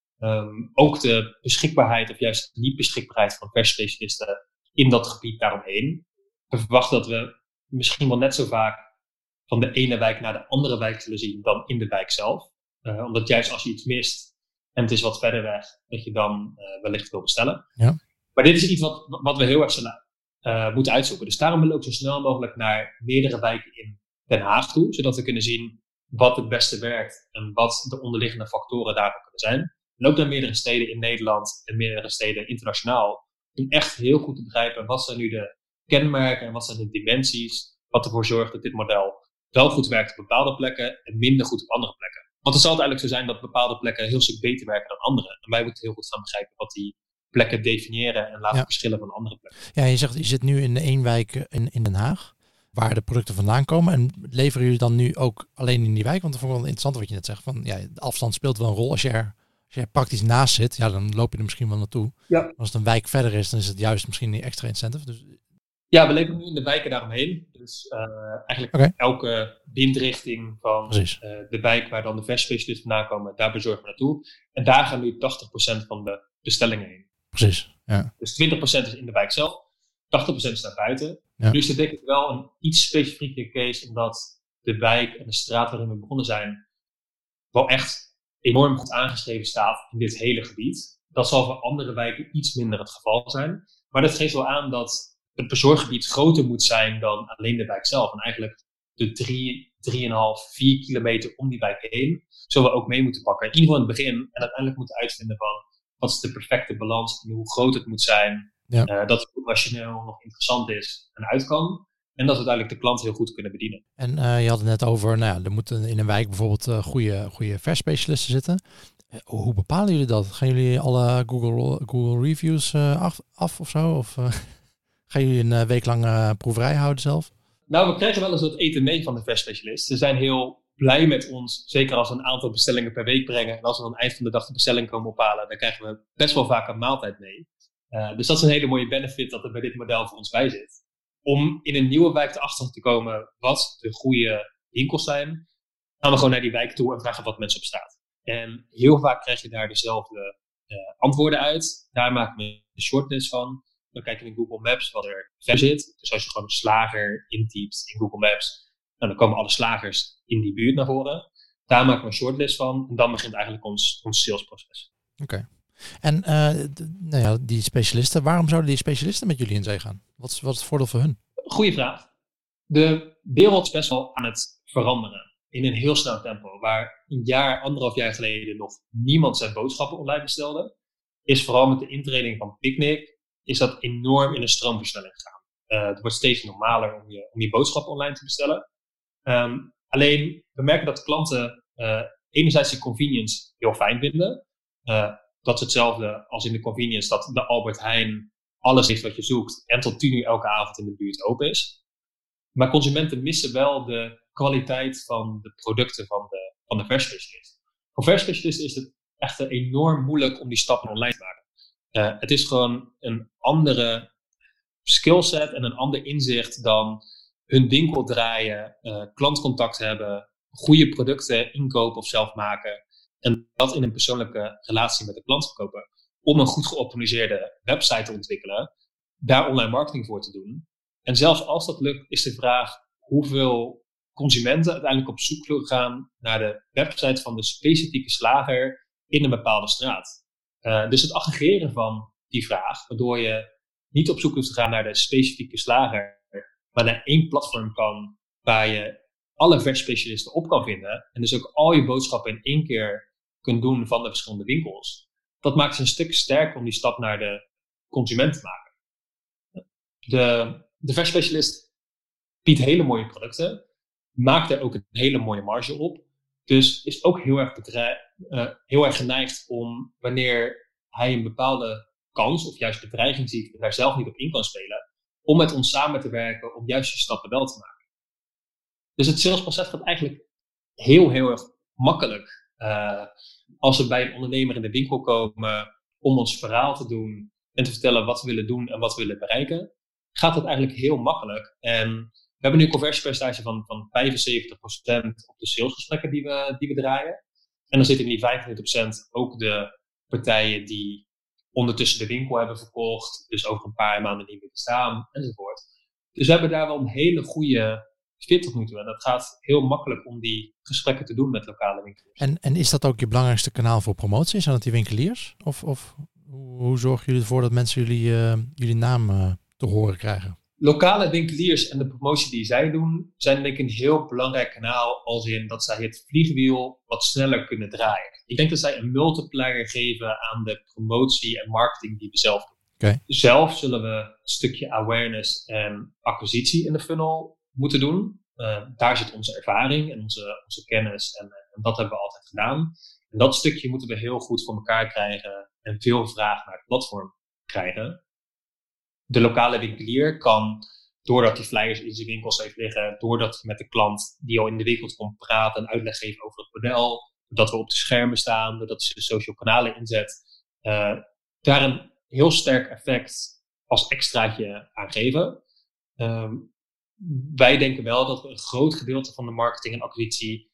Um, ook de beschikbaarheid of juist de niet-beschikbaarheid van versspecialisten in dat gebied daaromheen. We verwachten dat we misschien wel net zo vaak van de ene wijk naar de andere wijk zullen zien dan in de wijk zelf. Uh, omdat juist als je iets mist en het is wat verder weg, dat je dan uh, wellicht wil bestellen. Ja. Maar dit is iets wat, wat we heel erg zullen uh, moeten uitzoeken. Dus daarom willen we ook zo snel mogelijk naar meerdere wijken in Den Haag toe. Zodat we kunnen zien wat het beste werkt en wat de onderliggende factoren daarvan kunnen zijn. En ook naar meerdere steden in Nederland en meerdere steden internationaal. Om echt heel goed te begrijpen wat zijn nu de kenmerken en wat zijn de dimensies. Wat ervoor zorgt dat dit model wel goed werkt op bepaalde plekken en minder goed op andere plekken. Want het zal uiteindelijk zo zijn dat bepaalde plekken een heel stuk beter werken dan andere. En wij moeten heel goed gaan begrijpen wat die plekken definiëren en laten ja. verschillen van andere plekken. Ja, je zegt, je zit nu in één wijk in, in Den Haag, waar de producten vandaan komen. En leveren jullie dan nu ook alleen in die wijk? Want dat vond ik wel interessant wat je net zegt. Van, ja, de afstand speelt wel een rol. Als je er, als je er praktisch naast zit, ja, dan loop je er misschien wel naartoe. Ja. Als het een wijk verder is, dan is het juist misschien een extra incentive. Dus ja, we leven nu in de wijken daaromheen. Dus uh, eigenlijk okay. elke windrichting van uh, de wijk waar dan de versspecialisten vandaan komen, daar bezorgen we naartoe. En daar gaan nu tachtig procent van de bestellingen heen. Precies, ja. Dus twintig procent is in de wijk zelf, tachtig procent is naar buiten. Ja. Nu is dit denk ik wel een iets specifieke case, omdat de wijk en de straat waarin we begonnen zijn wel echt enorm goed aangeschreven staat in dit hele gebied. Dat zal voor andere wijken iets minder het geval zijn. Maar dat geeft wel aan dat het bezorggebied groter moet zijn dan alleen de wijk zelf. En eigenlijk de drie, drieënhalf, vier kilometer om die wijk heen zullen we ook mee moeten pakken. In ieder geval in het begin. En uiteindelijk moeten uitvinden van wat is de perfecte balans en hoe groot het moet zijn. Ja. Uh, dat het operationeel nog interessant is en uit kan. En dat we uiteindelijk de klant heel goed kunnen bedienen. En uh, je had het net over, nou ja, er moeten in een wijk bijvoorbeeld uh, goede, goede versspecialisten zitten. Hoe bepalen jullie dat? Gaan jullie alle Google, Google reviews uh, af, af of zo? Of uh, gaan jullie een uh, week lang uh, proeverij houden zelf? Nou, we krijgen wel eens wat eten mee van de versspecialist. Ze zijn heel blij met ons, zeker als we een aantal bestellingen per week brengen. En als we aan het eind van de dag de bestelling komen ophalen, dan krijgen we best wel vaak een maaltijd mee. Uh, dus dat is een hele mooie benefit dat er bij dit model voor ons bij zit. Om in een nieuwe wijk erachter te komen wat de goede winkels zijn, gaan we gewoon naar die wijk toe en vragen wat mensen op straat. En heel vaak krijg je daar dezelfde uh, antwoorden uit. Daar maken we een shortlist van. Dan kijken we in Google Maps wat er ver zit. Dus als je gewoon een slager intypt in Google Maps, nou, dan komen alle slagers in die buurt naar voren. Daar maken we een shortlist van. En dan begint eigenlijk ons, ons salesproces. Oké. Okay. En uh, d- nou ja, die specialisten, waarom zouden die specialisten met jullie in zee gaan? Wat is, wat is het voordeel voor hun? Goeie vraag. De wereld is best wel aan het veranderen. In een heel snel tempo. Waar een jaar, anderhalf jaar geleden nog niemand zijn boodschappen online bestelde, is vooral met de intreding van Picnic, is dat enorm in een stroomversnelling gegaan. Uh, het wordt steeds normaler om je, om je boodschappen online te bestellen. Um, alleen, we merken dat klanten uh, enerzijds de convenience heel fijn vinden. Uh, dat is hetzelfde als in de convenience dat de Albert Heijn alles heeft wat je zoekt en tot tien uur elke avond in de buurt open is. Maar consumenten missen wel de kwaliteit van de producten van de, van de versspecialist. Voor versspecialisten is het echt enorm moeilijk om die stappen online te maken. Uh, het is gewoon een andere skillset en een ander inzicht dan hun winkel draaien, uh, klantcontact hebben, goede producten inkopen of zelf maken. En dat in een persoonlijke relatie met de klant verkopen. Om een goed geoptimaliseerde website te ontwikkelen, daar online marketing voor te doen. En zelfs als dat lukt, is de vraag hoeveel consumenten uiteindelijk op zoek gaan naar de website van de specifieke slager in een bepaalde straat. Uh, dus het aggregeren van die vraag, waardoor je niet op zoek hoeft te gaan naar de specifieke slager, maar naar één platform kan waar je alle versspecialisten op kan vinden en dus ook al je boodschappen in één keer kunt doen van de verschillende winkels. Dat maakt het een stuk sterker om die stap naar de consument te maken. De, de versspecialist biedt hele mooie producten, maakt er ook een hele mooie marge op. Dus is ook heel erg, bedrijf, uh, heel erg geneigd om, wanneer hij een bepaalde kans of juist bedreiging ziet en daar zelf niet op in kan spelen, om met ons samen te werken om juist die stappen wel te maken. Dus het salesproces gaat eigenlijk heel, heel erg makkelijk. Uh, als we bij een ondernemer in de winkel komen om ons verhaal te doen en te vertellen wat we willen doen en wat we willen bereiken, gaat dat eigenlijk heel makkelijk. En we hebben nu een conversiepercentage van, van vijfenzeventig procent op de salesgesprekken die we, die we draaien. En dan zitten in die vijfentwintig procent ook de partijen die ondertussen de winkel hebben verkocht, dus over een paar maanden niet meer bestaan, enzovoort. Dus we hebben daar wel een hele goede fit tot nu toe. En dat gaat heel makkelijk om die gesprekken te doen met lokale winkeliers. En, en is dat ook je belangrijkste kanaal voor promotie? Zijn dat die winkeliers? Of, of hoe, hoe zorgen jullie ervoor dat mensen jullie, uh, jullie naam uh, te horen krijgen? Lokale winkeliers en de promotie die zij doen, zijn denk ik een heel belangrijk kanaal, als in dat zij het vliegwiel wat sneller kunnen draaien. Ik denk dat zij een multiplier geven aan de promotie en marketing die we zelf doen. Okay. Zelf zullen we een stukje awareness en acquisitie in de funnel moeten doen. Uh, daar zit onze ervaring en onze, onze kennis en, en dat hebben we altijd gedaan. En dat stukje moeten we heel goed voor elkaar krijgen en veel vraag naar het platform krijgen. De lokale winkelier kan, doordat hij flyers in zijn winkels heeft liggen, doordat hij met de klant die al in de winkel komt praten en uitleg geven over het model, doordat we op de schermen staan, doordat hij de social kanalen inzet, uh, daar een heel sterk effect als extraatje aan geven. Um, wij denken wel dat we een groot gedeelte van de marketing en acquisitie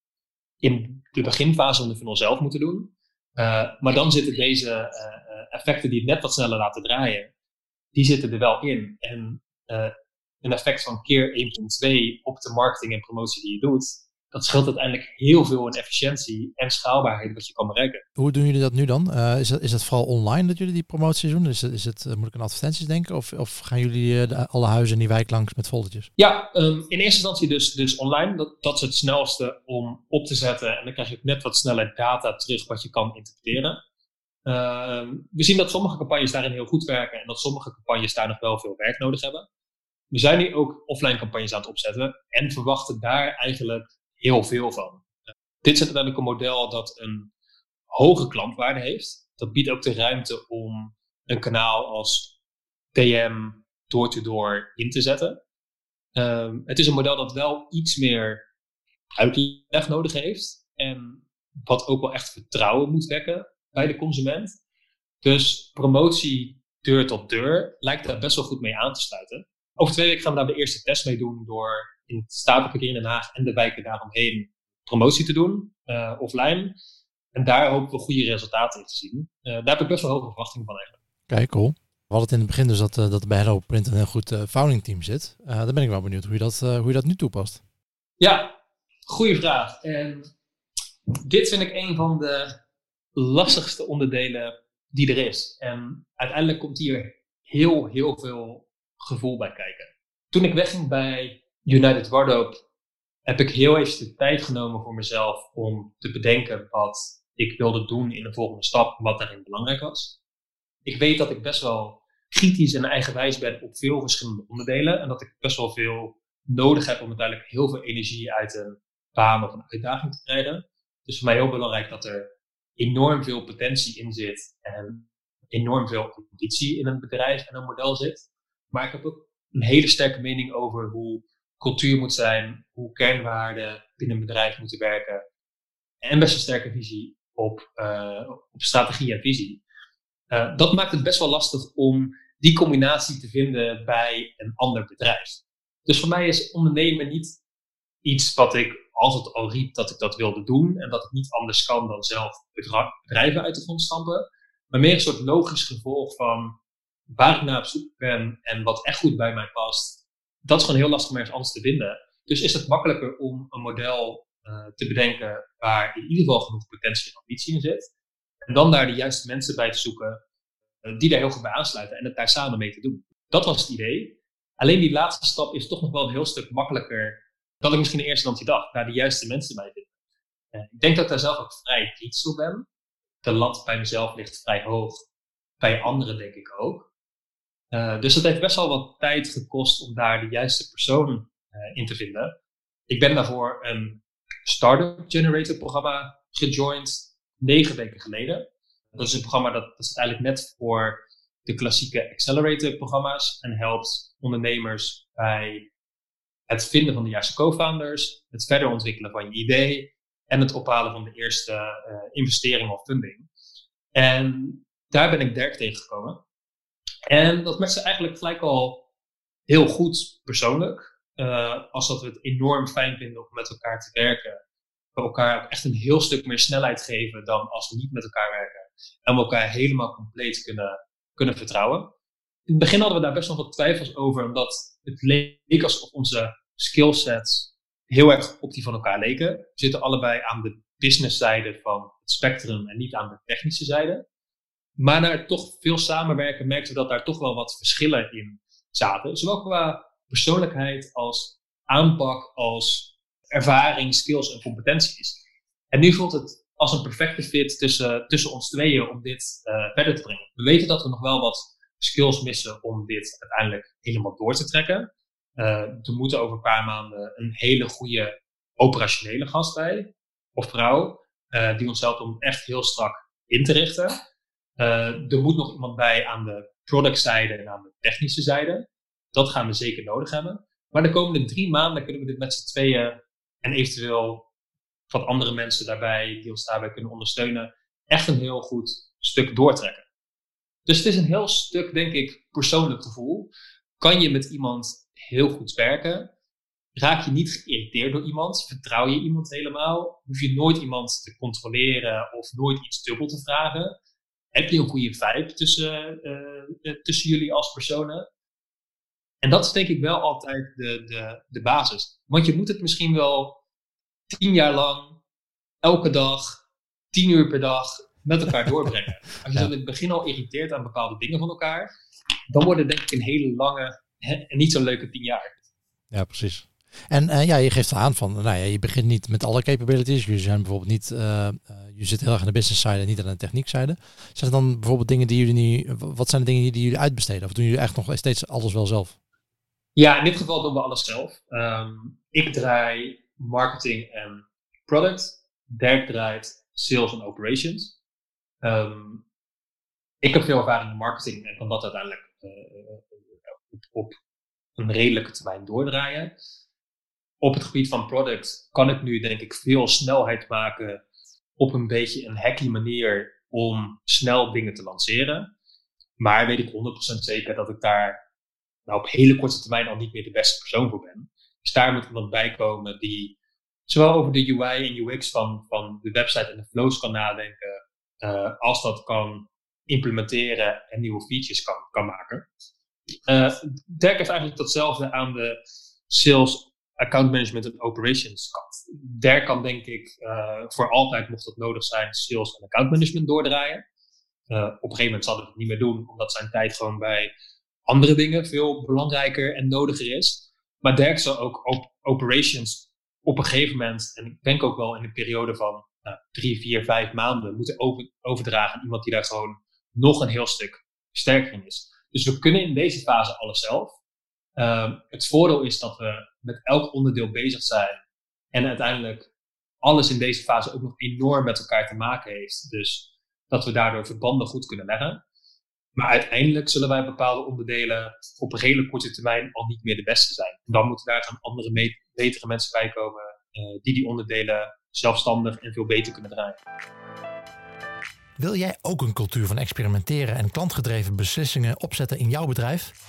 in de beginfase van de funnel zelf moeten doen. Uh, maar dan zitten deze uh, effecten die het net wat sneller laten draaien, die zitten er wel in. En uh, een effect van keer één komma twee op de marketing en promotie die je doet, dat scheelt uiteindelijk heel veel in efficiëntie en schaalbaarheid wat je kan bereiken. Hoe doen jullie dat nu dan? Uh, is, het, is het vooral online dat jullie die promoties doen? Is het, is het, uh, moet ik aan advertenties denken? Of, of gaan jullie uh, de, alle huizen in die wijk langs met foldertjes? Ja, um, in eerste instantie dus, dus online. Dat, dat is het snelste om op te zetten. En dan krijg je net wat sneller data terug wat je kan interpreteren. Uh, we zien dat sommige campagnes daarin heel goed werken en dat sommige campagnes daar nog wel veel werk nodig hebben. We zijn nu ook offline campagnes aan het opzetten en verwachten daar eigenlijk heel veel van. Uh, dit is uiteindelijk een model dat een hoge klantwaarde heeft. Dat biedt ook de ruimte om een kanaal als T M door-to-door in te zetten. Um, het is een model dat wel iets meer uitleg nodig heeft. En wat ook wel echt vertrouwen moet wekken bij de consument. Dus promotie deur tot deur lijkt daar best wel goed mee aan te sluiten. Over twee weken gaan we daar de eerste test mee doen door in het Statenverkeer in Den Haag en de wijken daaromheen promotie te doen, uh, offline. En daar hopen we goede resultaten in te zien. Uh, daar heb ik best wel hoge verwachtingen van eigenlijk. Kijk, cool. We hadden het in het begin dus dat, uh, dat er bij Hello Print een heel goed uh, founding team zit. Uh, dan ben ik wel benieuwd hoe je dat, uh, hoe je dat nu toepast. Ja, goede vraag. En dit vind ik een van de lastigste onderdelen die er is. En uiteindelijk komt hier heel, heel veel gevoel bij kijken. Toen ik wegging bij United Wardrobe, heb ik heel even de tijd genomen voor mezelf om te bedenken wat ik wilde doen in de volgende stap, wat daarin belangrijk was. Ik weet dat ik best wel kritisch en eigenwijs ben op veel verschillende onderdelen en dat ik best wel veel nodig heb om uiteindelijk heel veel energie uit een baan of een uitdaging te krijgen. Het is voor mij heel belangrijk dat er enorm veel potentie in zit en enorm veel ambitie in een bedrijf en een model zit. Maar ik heb ook een hele sterke mening over hoe cultuur moet zijn, hoe kernwaarden binnen een bedrijf moeten werken. En best een sterke visie op, uh, op strategie en visie. Uh, dat maakt het best wel lastig om die combinatie te vinden bij een ander bedrijf. Dus voor mij is ondernemen niet iets wat ik altijd al riep dat ik dat wilde doen. En dat ik niet anders kan dan zelf bedrijven uit de grond stampen. Maar meer een soort logisch gevolg van waar ik naar op zoek ben en wat echt goed bij mij past. Dat is gewoon heel lastig om ergens anders te vinden. Dus is het makkelijker om een model uh, te bedenken waar in ieder geval genoeg potentie en ambitie in zit. En dan daar de juiste mensen bij te zoeken uh, die daar heel goed bij aansluiten en het daar samen mee te doen. Dat was het idee. Alleen die laatste stap is toch nog wel een heel stuk makkelijker dan ik misschien in eerste instantie dacht. Daar de juiste mensen bij vinden. Uh, ik denk dat ik daar zelf ook vrij kritisch op ben. De lat bij mezelf ligt vrij hoog. Bij anderen denk ik ook. Uh, dus het heeft best wel wat tijd gekost om daar de juiste persoon uh, in te vinden. Ik ben daarvoor een Startup Generator programma gejoind negen weken geleden. Dat is een programma dat, dat is eigenlijk net voor de klassieke Accelerator programma's en helpt ondernemers bij het vinden van de juiste co-founders, het verder ontwikkelen van je idee en het ophalen van de eerste uh, investering of funding. En daar ben ik Dirk tegengekomen. En dat matchte eigenlijk gelijk al heel goed persoonlijk. Uh, als dat we het enorm fijn vinden om met elkaar te werken. We elkaar ook echt een heel stuk meer snelheid geven dan als we niet met elkaar werken. En we elkaar helemaal compleet kunnen, kunnen vertrouwen. In het begin hadden we daar best nog wat twijfels over. Omdat het leek alsof onze skillsets heel erg op die van elkaar leken. We zitten allebei aan de businesszijde van het spectrum en niet aan de technische zijde. Maar na het toch veel samenwerken merkten we dat daar toch wel wat verschillen in zaten. Zowel qua persoonlijkheid als aanpak, als ervaring, skills en competenties. En nu voelt het als een perfecte fit tussen, tussen ons tweeën om dit uh, verder te brengen. We weten dat we nog wel wat skills missen om dit uiteindelijk helemaal door te trekken. Uh, er moeten over een paar maanden een hele goede operationele gast bij, of vrouw, uh, die ons helpt om echt heel strak in te richten. Uh, er moet nog iemand bij aan de productzijde en aan de technische zijde. Dat gaan we zeker nodig hebben. Maar de komende drie maanden kunnen we dit met z'n tweeën en eventueel wat andere mensen daarbij die ons daarbij kunnen ondersteunen, echt een heel goed stuk doortrekken. Dus het is een heel stuk, denk ik, persoonlijk gevoel. Kan je met iemand heel goed werken? Raak je niet geïrriteerd door iemand? Vertrouw je iemand helemaal? Hoef je nooit iemand te controleren of nooit iets dubbel te vragen? Heb je een goede vibe tussen, uh, tussen jullie als personen? En dat is denk ik wel altijd de, de, de basis. Want je moet het misschien wel tien jaar lang, elke dag, tien uur per dag met elkaar doorbrengen. Als je ja. dan in het begin al irriteert aan bepaalde dingen van elkaar, dan wordt het denk ik een hele lange en niet zo leuke tien jaar. Ja, precies. En uh, ja, je geeft aan van, nou ja, je begint niet met alle capabilities. Jullie zijn bijvoorbeeld niet, uh, uh, je zit heel erg aan de business side en niet aan de techniek side. Zijn er dan bijvoorbeeld dingen die jullie niet, wat zijn de dingen die jullie uitbesteden? Of doen jullie echt nog steeds alles wel zelf? Ja, in dit geval doen we alles zelf. Um, ik draai marketing en product. Dirk draait sales en operations. Um, ik heb veel ervaring in marketing en kan dat uiteindelijk uh, op, op een redelijke termijn doordraaien. Op het gebied van product kan ik nu denk ik veel snelheid maken op een beetje een hacky manier om snel dingen te lanceren. Maar weet ik honderd procent zeker dat ik daar nou, op hele korte termijn al niet meer de beste persoon voor ben. Dus daar moet iemand bij komen die zowel over de U I en U X van, van de website en de flows kan nadenken, uh, als dat kan implementeren en nieuwe features kan, kan maken. Uh, Dirk heeft eigenlijk datzelfde aan de sales, account management en operations kant. Dirk kan denk ik uh, voor altijd, mocht dat nodig zijn, sales en account management doordraaien. Uh, op een gegeven moment zal hij het niet meer doen, omdat zijn tijd gewoon bij andere dingen veel belangrijker en nodiger is. Maar Dirk zal ook op operations op een gegeven moment, en ik denk ook wel in een periode van nou, drie, vier, vijf maanden, moeten over, overdragen aan iemand die daar gewoon nog een heel stuk sterker in is. Dus we kunnen in deze fase alles zelf. Uh, het voordeel is dat we met elk onderdeel bezig zijn en uiteindelijk alles in deze fase ook nog enorm met elkaar te maken heeft. Dus dat we daardoor verbanden goed kunnen leggen. Maar uiteindelijk zullen wij bepaalde onderdelen op een redelijk korte termijn al niet meer de beste zijn. En dan moeten daar dan andere, me- betere mensen bij komen uh, die die onderdelen zelfstandig en veel beter kunnen draaien. Wil jij ook een cultuur van experimenteren en klantgedreven beslissingen opzetten in jouw bedrijf?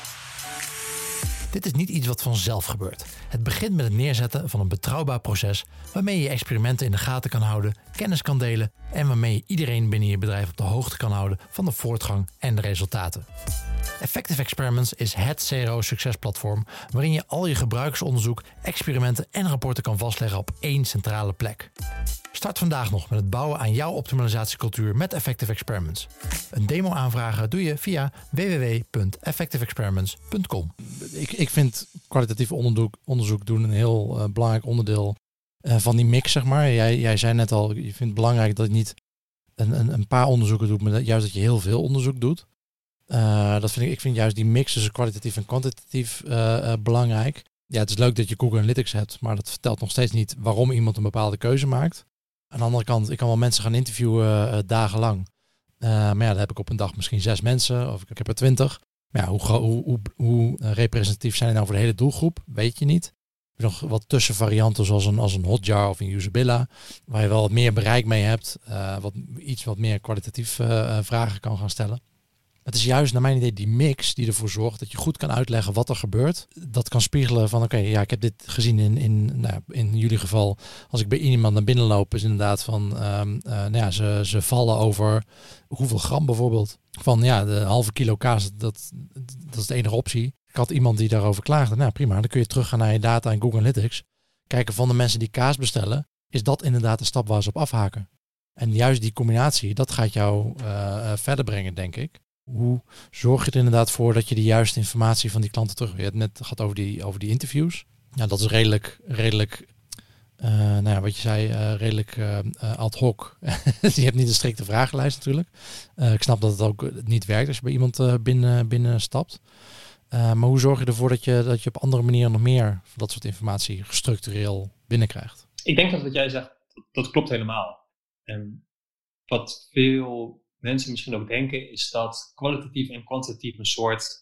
Dit is niet iets wat vanzelf gebeurt. Het begint met het neerzetten van een betrouwbaar proces waarmee je experimenten in de gaten kan houden, kennis kan delen en waarmee je iedereen binnen je bedrijf op de hoogte kan houden van de voortgang en de resultaten. Effective Experiments is het C R O-succesplatform waarin je al je gebruikersonderzoek, experimenten en rapporten kan vastleggen op één centrale plek. Start vandaag nog met het bouwen aan jouw optimalisatiecultuur met Effective Experiments. Een demo aanvragen doe je via w w w punt effective experiments punt com. Ik, ik vind kwalitatief onderzoek, onderzoek doen een heel uh, belangrijk onderdeel uh, van die mix, zeg maar. Jij, jij zei net al, je vindt het belangrijk dat je niet een, een, een paar onderzoeken doet, maar dat, juist dat je heel veel onderzoek doet. Uh, dat vind ik, ik vind juist die mix tussen kwalitatief en kwantitatief uh, uh, belangrijk. Ja, het is leuk dat je Google Analytics hebt, maar dat vertelt nog steeds niet waarom iemand een bepaalde keuze maakt. Aan de andere kant, ik kan wel mensen gaan interviewen uh, dagenlang. Uh, maar ja, dan heb ik op een dag misschien zes mensen of ik heb er twintig. Maar ja, hoe, hoe, hoe, hoe representatief zijn die nou voor de hele doelgroep? Weet je niet. Er zijn nog wat tussenvarianten zoals een, als een Hotjar of een Usabilla, waar je wel wat meer bereik mee hebt. Uh, wat, iets wat meer kwalitatief uh, vragen kan gaan stellen. Het is juist naar mijn idee die mix die ervoor zorgt dat je goed kan uitleggen wat er gebeurt. Dat kan spiegelen van oké, okay, ja, ik heb dit gezien in, in, nou, in jullie geval. Als ik bij iemand naar binnen loop is inderdaad van, um, uh, nou ja, ze, ze vallen over hoeveel gram bijvoorbeeld. Van ja, de halve kilo kaas, dat, dat is de enige optie. Ik had iemand die daarover klaagde. Nou prima, dan kun je teruggaan naar je data in Google Analytics. Kijken van de mensen die kaas bestellen. Is dat inderdaad de stap waar ze op afhaken? En juist die combinatie, dat gaat jou uh, verder brengen, denk ik. Hoe zorg je er inderdaad voor dat je de juiste informatie van die klanten terug... Je hebt net gehad over die, over die interviews. Ja, dat is redelijk, redelijk uh, nou ja, wat je zei, uh, redelijk uh, ad hoc. Je hebt niet een strikte vragenlijst natuurlijk. Uh, ik snap dat het ook niet werkt als je bij iemand uh, binnen, binnen stapt. Uh, maar hoe zorg je ervoor dat je, dat je op andere manieren nog meer van dat soort informatie structureel binnenkrijgt? Ik denk dat wat jij zegt, dat klopt helemaal. En wat veel mensen misschien ook denken, is dat kwalitatief en kwantitatief een soort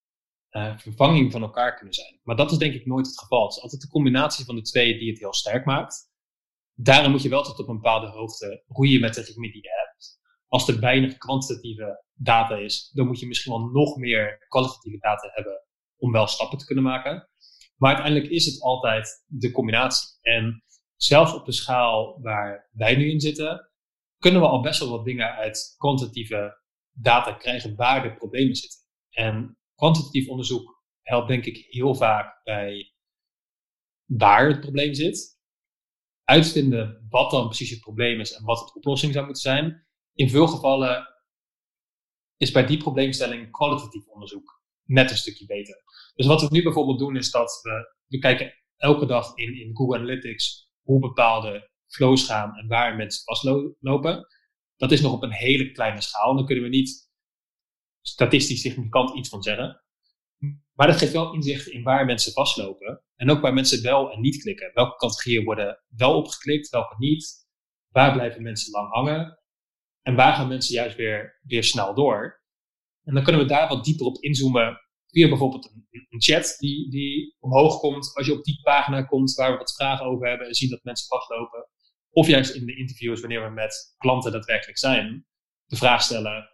uh, vervanging van elkaar kunnen zijn. Maar dat is denk ik nooit het geval. Het is altijd de combinatie van de twee die het heel sterk maakt. Daarom moet je wel tot op een bepaalde hoogte roeien met de ritme die je hebt. Als er weinig kwantitatieve data is, dan moet je misschien wel nog meer kwalitatieve data hebben om wel stappen te kunnen maken. Maar uiteindelijk is het altijd de combinatie. En zelfs op de schaal waar wij nu in zitten, kunnen we al best wel wat dingen uit kwantitatieve data krijgen waar de problemen zitten. En kwantitatief onderzoek helpt denk ik heel vaak bij waar het probleem zit. Uitvinden wat dan precies het probleem is en wat de oplossing zou moeten zijn. In veel gevallen is bij die probleemstelling kwalitatief onderzoek net een stukje beter. Dus wat we nu bijvoorbeeld doen is dat we, we kijken elke dag in, in Google Analytics hoe bepaalde flows gaan en waar mensen vastlopen. Dat is nog op een hele kleine schaal. Dan kunnen we niet statistisch significant iets van zeggen. Maar dat geeft wel inzicht in waar mensen vastlopen. En ook waar mensen wel en niet klikken. Welke categorieën worden wel opgeklikt, welke niet. Waar blijven mensen lang hangen. En waar gaan mensen juist weer, weer snel door? En dan kunnen we daar wat dieper op inzoomen via bijvoorbeeld een, een chat die, die omhoog komt als je op die pagina komt waar we wat vragen over hebben en zien dat mensen vastlopen. Of juist in de interviews wanneer we met klanten daadwerkelijk zijn, de vraag stellen,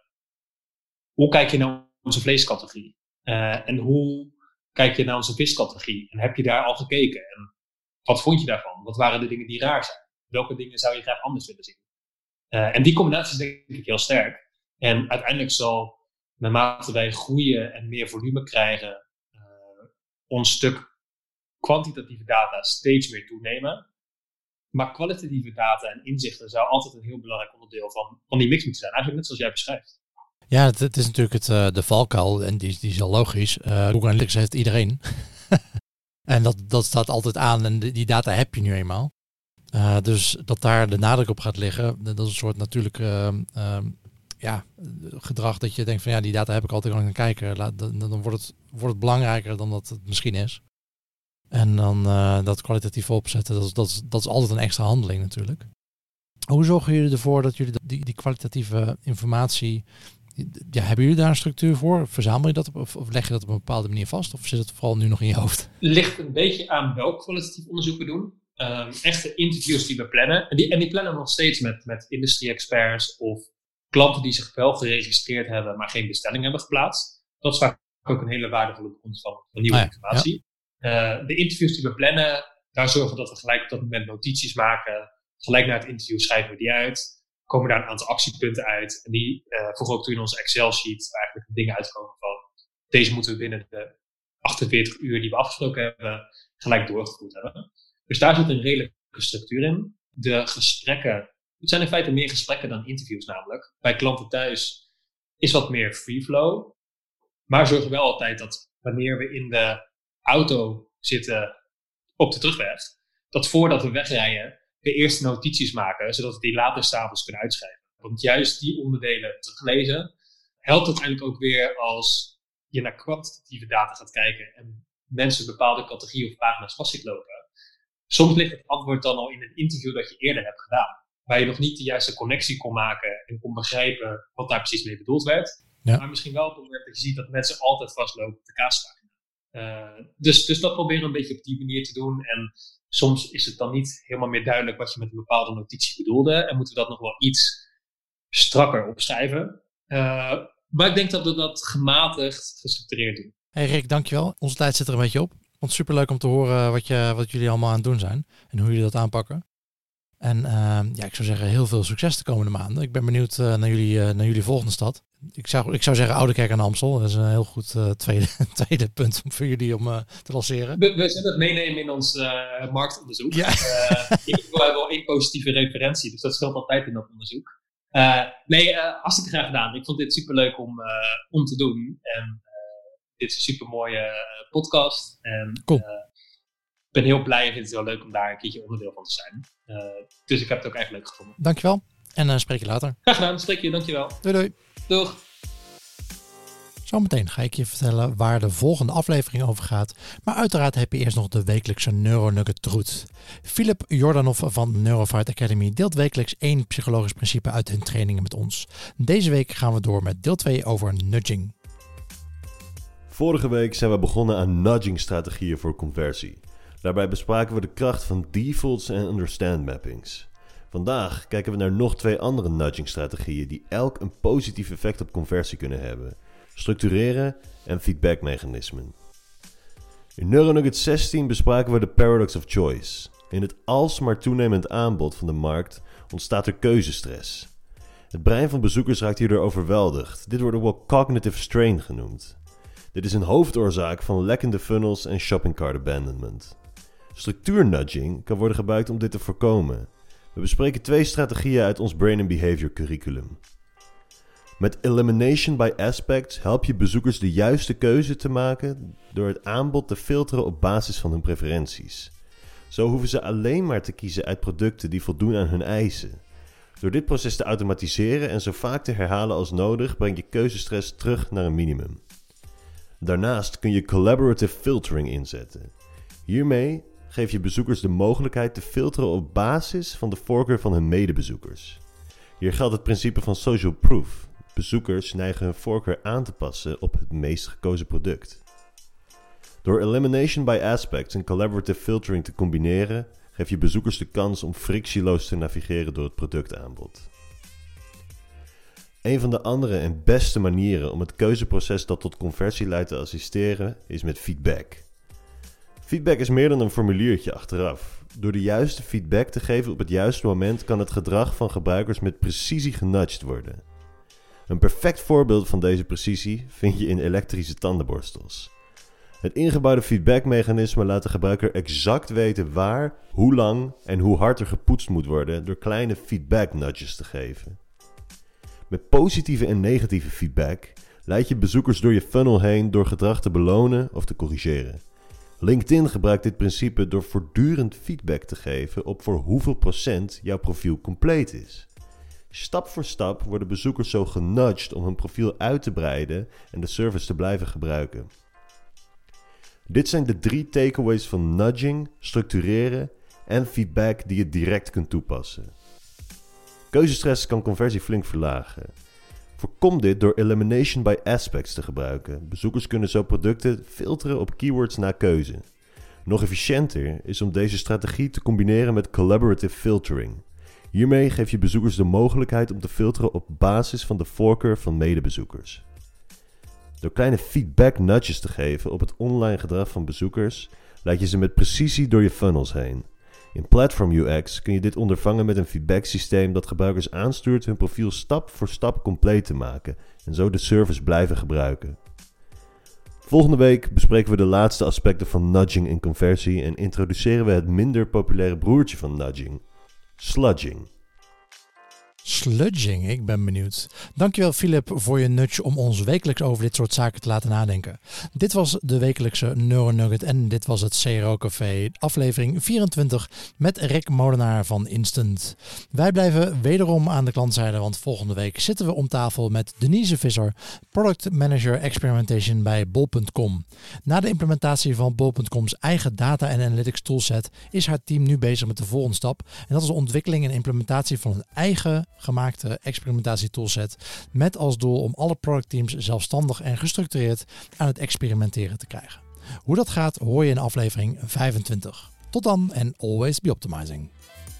hoe kijk je naar onze vleescategorie? Uh, en hoe kijk je naar onze viscategorie? En heb je daar al gekeken? En wat vond je daarvan? Wat waren de dingen die raar zijn? Welke dingen zou je graag anders willen zien? Uh, en die combinatie is denk ik heel sterk. En uiteindelijk zal, naarmate wij groeien en meer volume krijgen, uh, ons stuk kwantitatieve data steeds meer toenemen. Maar kwalitatieve data en inzichten zou altijd een heel belangrijk onderdeel van, van die mix moeten zijn. Eigenlijk net zoals jij beschrijft. Ja, het, het is natuurlijk het, uh, de valkuil en die, die is al logisch. Uh, Google Analytics heeft iedereen. En dat, dat staat altijd aan en die, die data heb je nu eenmaal. Uh, dus dat daar de nadruk op gaat liggen, dat is een soort natuurlijk uh, uh, ja, gedrag dat je denkt van ja, die data heb ik altijd aan kijken. Laat, dan dan wordt, het, wordt het belangrijker dan dat het misschien is. En dan uh, dat kwalitatief opzetten, dat is, dat, is, dat is altijd een extra handeling natuurlijk. Hoe zorgen jullie ervoor dat jullie die, die kwalitatieve informatie, ja, hebben jullie daar een structuur voor? Verzamel je dat op, of, of leg je dat op een bepaalde manier vast? Of zit het vooral nu nog in je hoofd? Ligt een beetje aan welk kwalitatief onderzoek we doen. Um, echte interviews die we plannen. En die, en die plannen we nog steeds met, met industrie-experts of klanten die zich wel geregistreerd hebben, maar geen bestelling hebben geplaatst. Dat is vaak ook een hele waardevolle bron van, van nieuwe ah, ja, informatie. Ja. Uh, de interviews die we plannen, daar zorgen we dat we gelijk op dat moment notities maken. Gelijk na het interview schrijven we die uit. Komen daar een aantal actiepunten uit. En die uh, voegen ook toe in onze Excel-sheet. Waar eigenlijk dingen uitkomen van, deze moeten we binnen de achtenveertig uur die we afgesproken hebben, gelijk doorgevoerd hebben. Dus daar zit een redelijke structuur in. De gesprekken, het zijn in feite meer gesprekken dan interviews namelijk. Bij klanten thuis is wat meer free flow. Maar zorgen we wel altijd dat wanneer we in de auto zitten op de terugweg, dat voordat we wegrijden, we eerst notities maken, zodat we die later s'avonds kunnen uitschrijven. Want juist die onderdelen teruglezen helpt uiteindelijk ook weer als je naar kwantitatieve data gaat kijken en mensen bepaalde categorieën of pagina's vast ziet lopen. Soms ligt het antwoord dan al in een interview dat je eerder hebt gedaan. Waar je nog niet de juiste connectie kon maken en kon begrijpen wat daar precies mee bedoeld werd. Ja. Maar misschien wel op het moment dat je ziet dat mensen altijd vastlopen op de kaaspagina. Uh, dus, dus dat proberen we een beetje op die manier te doen. En soms is het dan niet helemaal meer duidelijk wat je met een bepaalde notitie bedoelde. En moeten we dat nog wel iets strakker opschrijven. Uh, maar ik denk dat we dat gematigd gestructureerd doen. Hey Rick, dankjewel. Onze tijd zit er een beetje op. Ik vond het superleuk om te horen wat, je, wat jullie allemaal aan het doen zijn. En hoe jullie dat aanpakken. En uh, ja, ik zou zeggen heel veel succes de komende maanden. Ik ben benieuwd uh, naar, jullie, uh, naar jullie volgende stad. Ik zou, ik zou zeggen Oudekerk aan Amstel. Dat is een heel goed uh, tweede, tweede punt voor jullie om uh, te lanceren. We, we zullen het meenemen in ons uh, marktonderzoek. Ja. Uh, ik wil wel één positieve referentie, dus dat scheelt altijd in dat onderzoek. Uh, nee, uh, hartstikke graag gedaan. Ik vond dit superleuk om, uh, om te doen. En uh, dit is een supermooie uh, podcast. En, cool. Uh, ik ben heel blij en vind het heel leuk om daar een keertje onderdeel van te zijn. Uh, dus ik heb het ook echt leuk gevonden. Dankjewel. En uh, spreek je later. Graag gedaan. Spreek je. Dankjewel. Doei doei. Doeg. Zometeen ga ik je vertellen waar de volgende aflevering over gaat. Maar uiteraard heb je eerst nog de wekelijkse Neuronugget Truth. Filip Jordanov van Neurofight Academy deelt wekelijks één psychologisch principe uit hun trainingen met ons. Deze week gaan we door met deel twee over nudging. Vorige week zijn we begonnen aan nudging-strategieën voor conversie. Daarbij bespraken we de kracht van defaults en understand mappings. Vandaag kijken we naar nog twee andere nudging-strategieën die elk een positief effect op conversie kunnen hebben. Structureren en feedbackmechanismen. In Neuronugget zestien bespraken we de paradox of choice. In het alsmaar toenemend aanbod van de markt ontstaat er keuzestress. Het brein van bezoekers raakt hierdoor overweldigd. Dit wordt ook wel cognitive strain genoemd. Dit is een hoofdoorzaak van lekkende funnels en shopping cart abandonment. Structuurnudging kan worden gebruikt om dit te voorkomen. We bespreken twee strategieën uit ons Brain and Behavior curriculum. Met Elimination by Aspects help je bezoekers de juiste keuze te maken door het aanbod te filteren op basis van hun preferenties. Zo hoeven ze alleen maar te kiezen uit producten die voldoen aan hun eisen. Door dit proces te automatiseren en zo vaak te herhalen als nodig, breng je keuzestress terug naar een minimum. Daarnaast kun je collaborative filtering inzetten. Hiermee geef je bezoekers de mogelijkheid te filteren op basis van de voorkeur van hun medebezoekers. Hier geldt het principe van social proof. Bezoekers neigen hun voorkeur aan te passen op het meest gekozen product. Door elimination by aspects en collaborative filtering te combineren, geef je bezoekers de kans om frictieloos te navigeren door het productaanbod. Een van de andere en beste manieren om het keuzeproces dat tot conversie leidt te assisteren is met feedback. Feedback is meer dan een formuliertje achteraf. Door de juiste feedback te geven op het juiste moment kan het gedrag van gebruikers met precisie genudged worden. Een perfect voorbeeld van deze precisie vind je in elektrische tandenborstels. Het ingebouwde feedbackmechanisme laat de gebruiker exact weten waar, hoe lang en hoe hard er gepoetst moet worden door kleine feedback nudges te geven. Met positieve en negatieve feedback leid je bezoekers door je funnel heen door gedrag te belonen of te corrigeren. LinkedIn gebruikt dit principe door voortdurend feedback te geven op voor hoeveel procent jouw profiel compleet is. Stap voor stap worden bezoekers zo genudged om hun profiel uit te breiden en de service te blijven gebruiken. Dit zijn de drie takeaways van nudging, structureren en feedback die je direct kunt toepassen. Keuzestress kan conversie flink verlagen. Voorkom dit door elimination by aspects te gebruiken. Bezoekers kunnen zo producten filteren op keywords naar keuze. Nog efficiënter is om deze strategie te combineren met collaborative filtering. Hiermee geef je bezoekers de mogelijkheid om te filteren op basis van de voorkeur van medebezoekers. Door kleine feedback nudges te geven op het online gedrag van bezoekers, leid je ze met precisie door je funnels heen. In Platform U X kun je dit ondervangen met een feedbacksysteem dat gebruikers aanstuurt hun profiel stap voor stap compleet te maken en zo de service blijven gebruiken. Volgende week bespreken we de laatste aspecten van nudging en conversie en introduceren we het minder populaire broertje van nudging, sludging. Sludging, ik ben benieuwd. Dankjewel Philip voor je nudge om ons wekelijks over dit soort zaken te laten nadenken. Dit was de wekelijkse NeuroNugget en dit was het C R O Café, aflevering vierentwintig met Rick Molenaar van Instant. Wij blijven wederom aan de klantzijde, want volgende week zitten we om tafel met Denise Visser, Product Manager Experimentation bij bol punt com. Na de implementatie van bol punt com's eigen data en analytics toolset is haar team nu bezig met de volgende stap en dat is de ontwikkeling en implementatie van een eigen gemaakte experimentatietoolset met als doel om alle productteams zelfstandig en gestructureerd aan het experimenteren te krijgen. Hoe dat gaat hoor je in aflevering vijfentwintig. Tot dan en always be optimizing.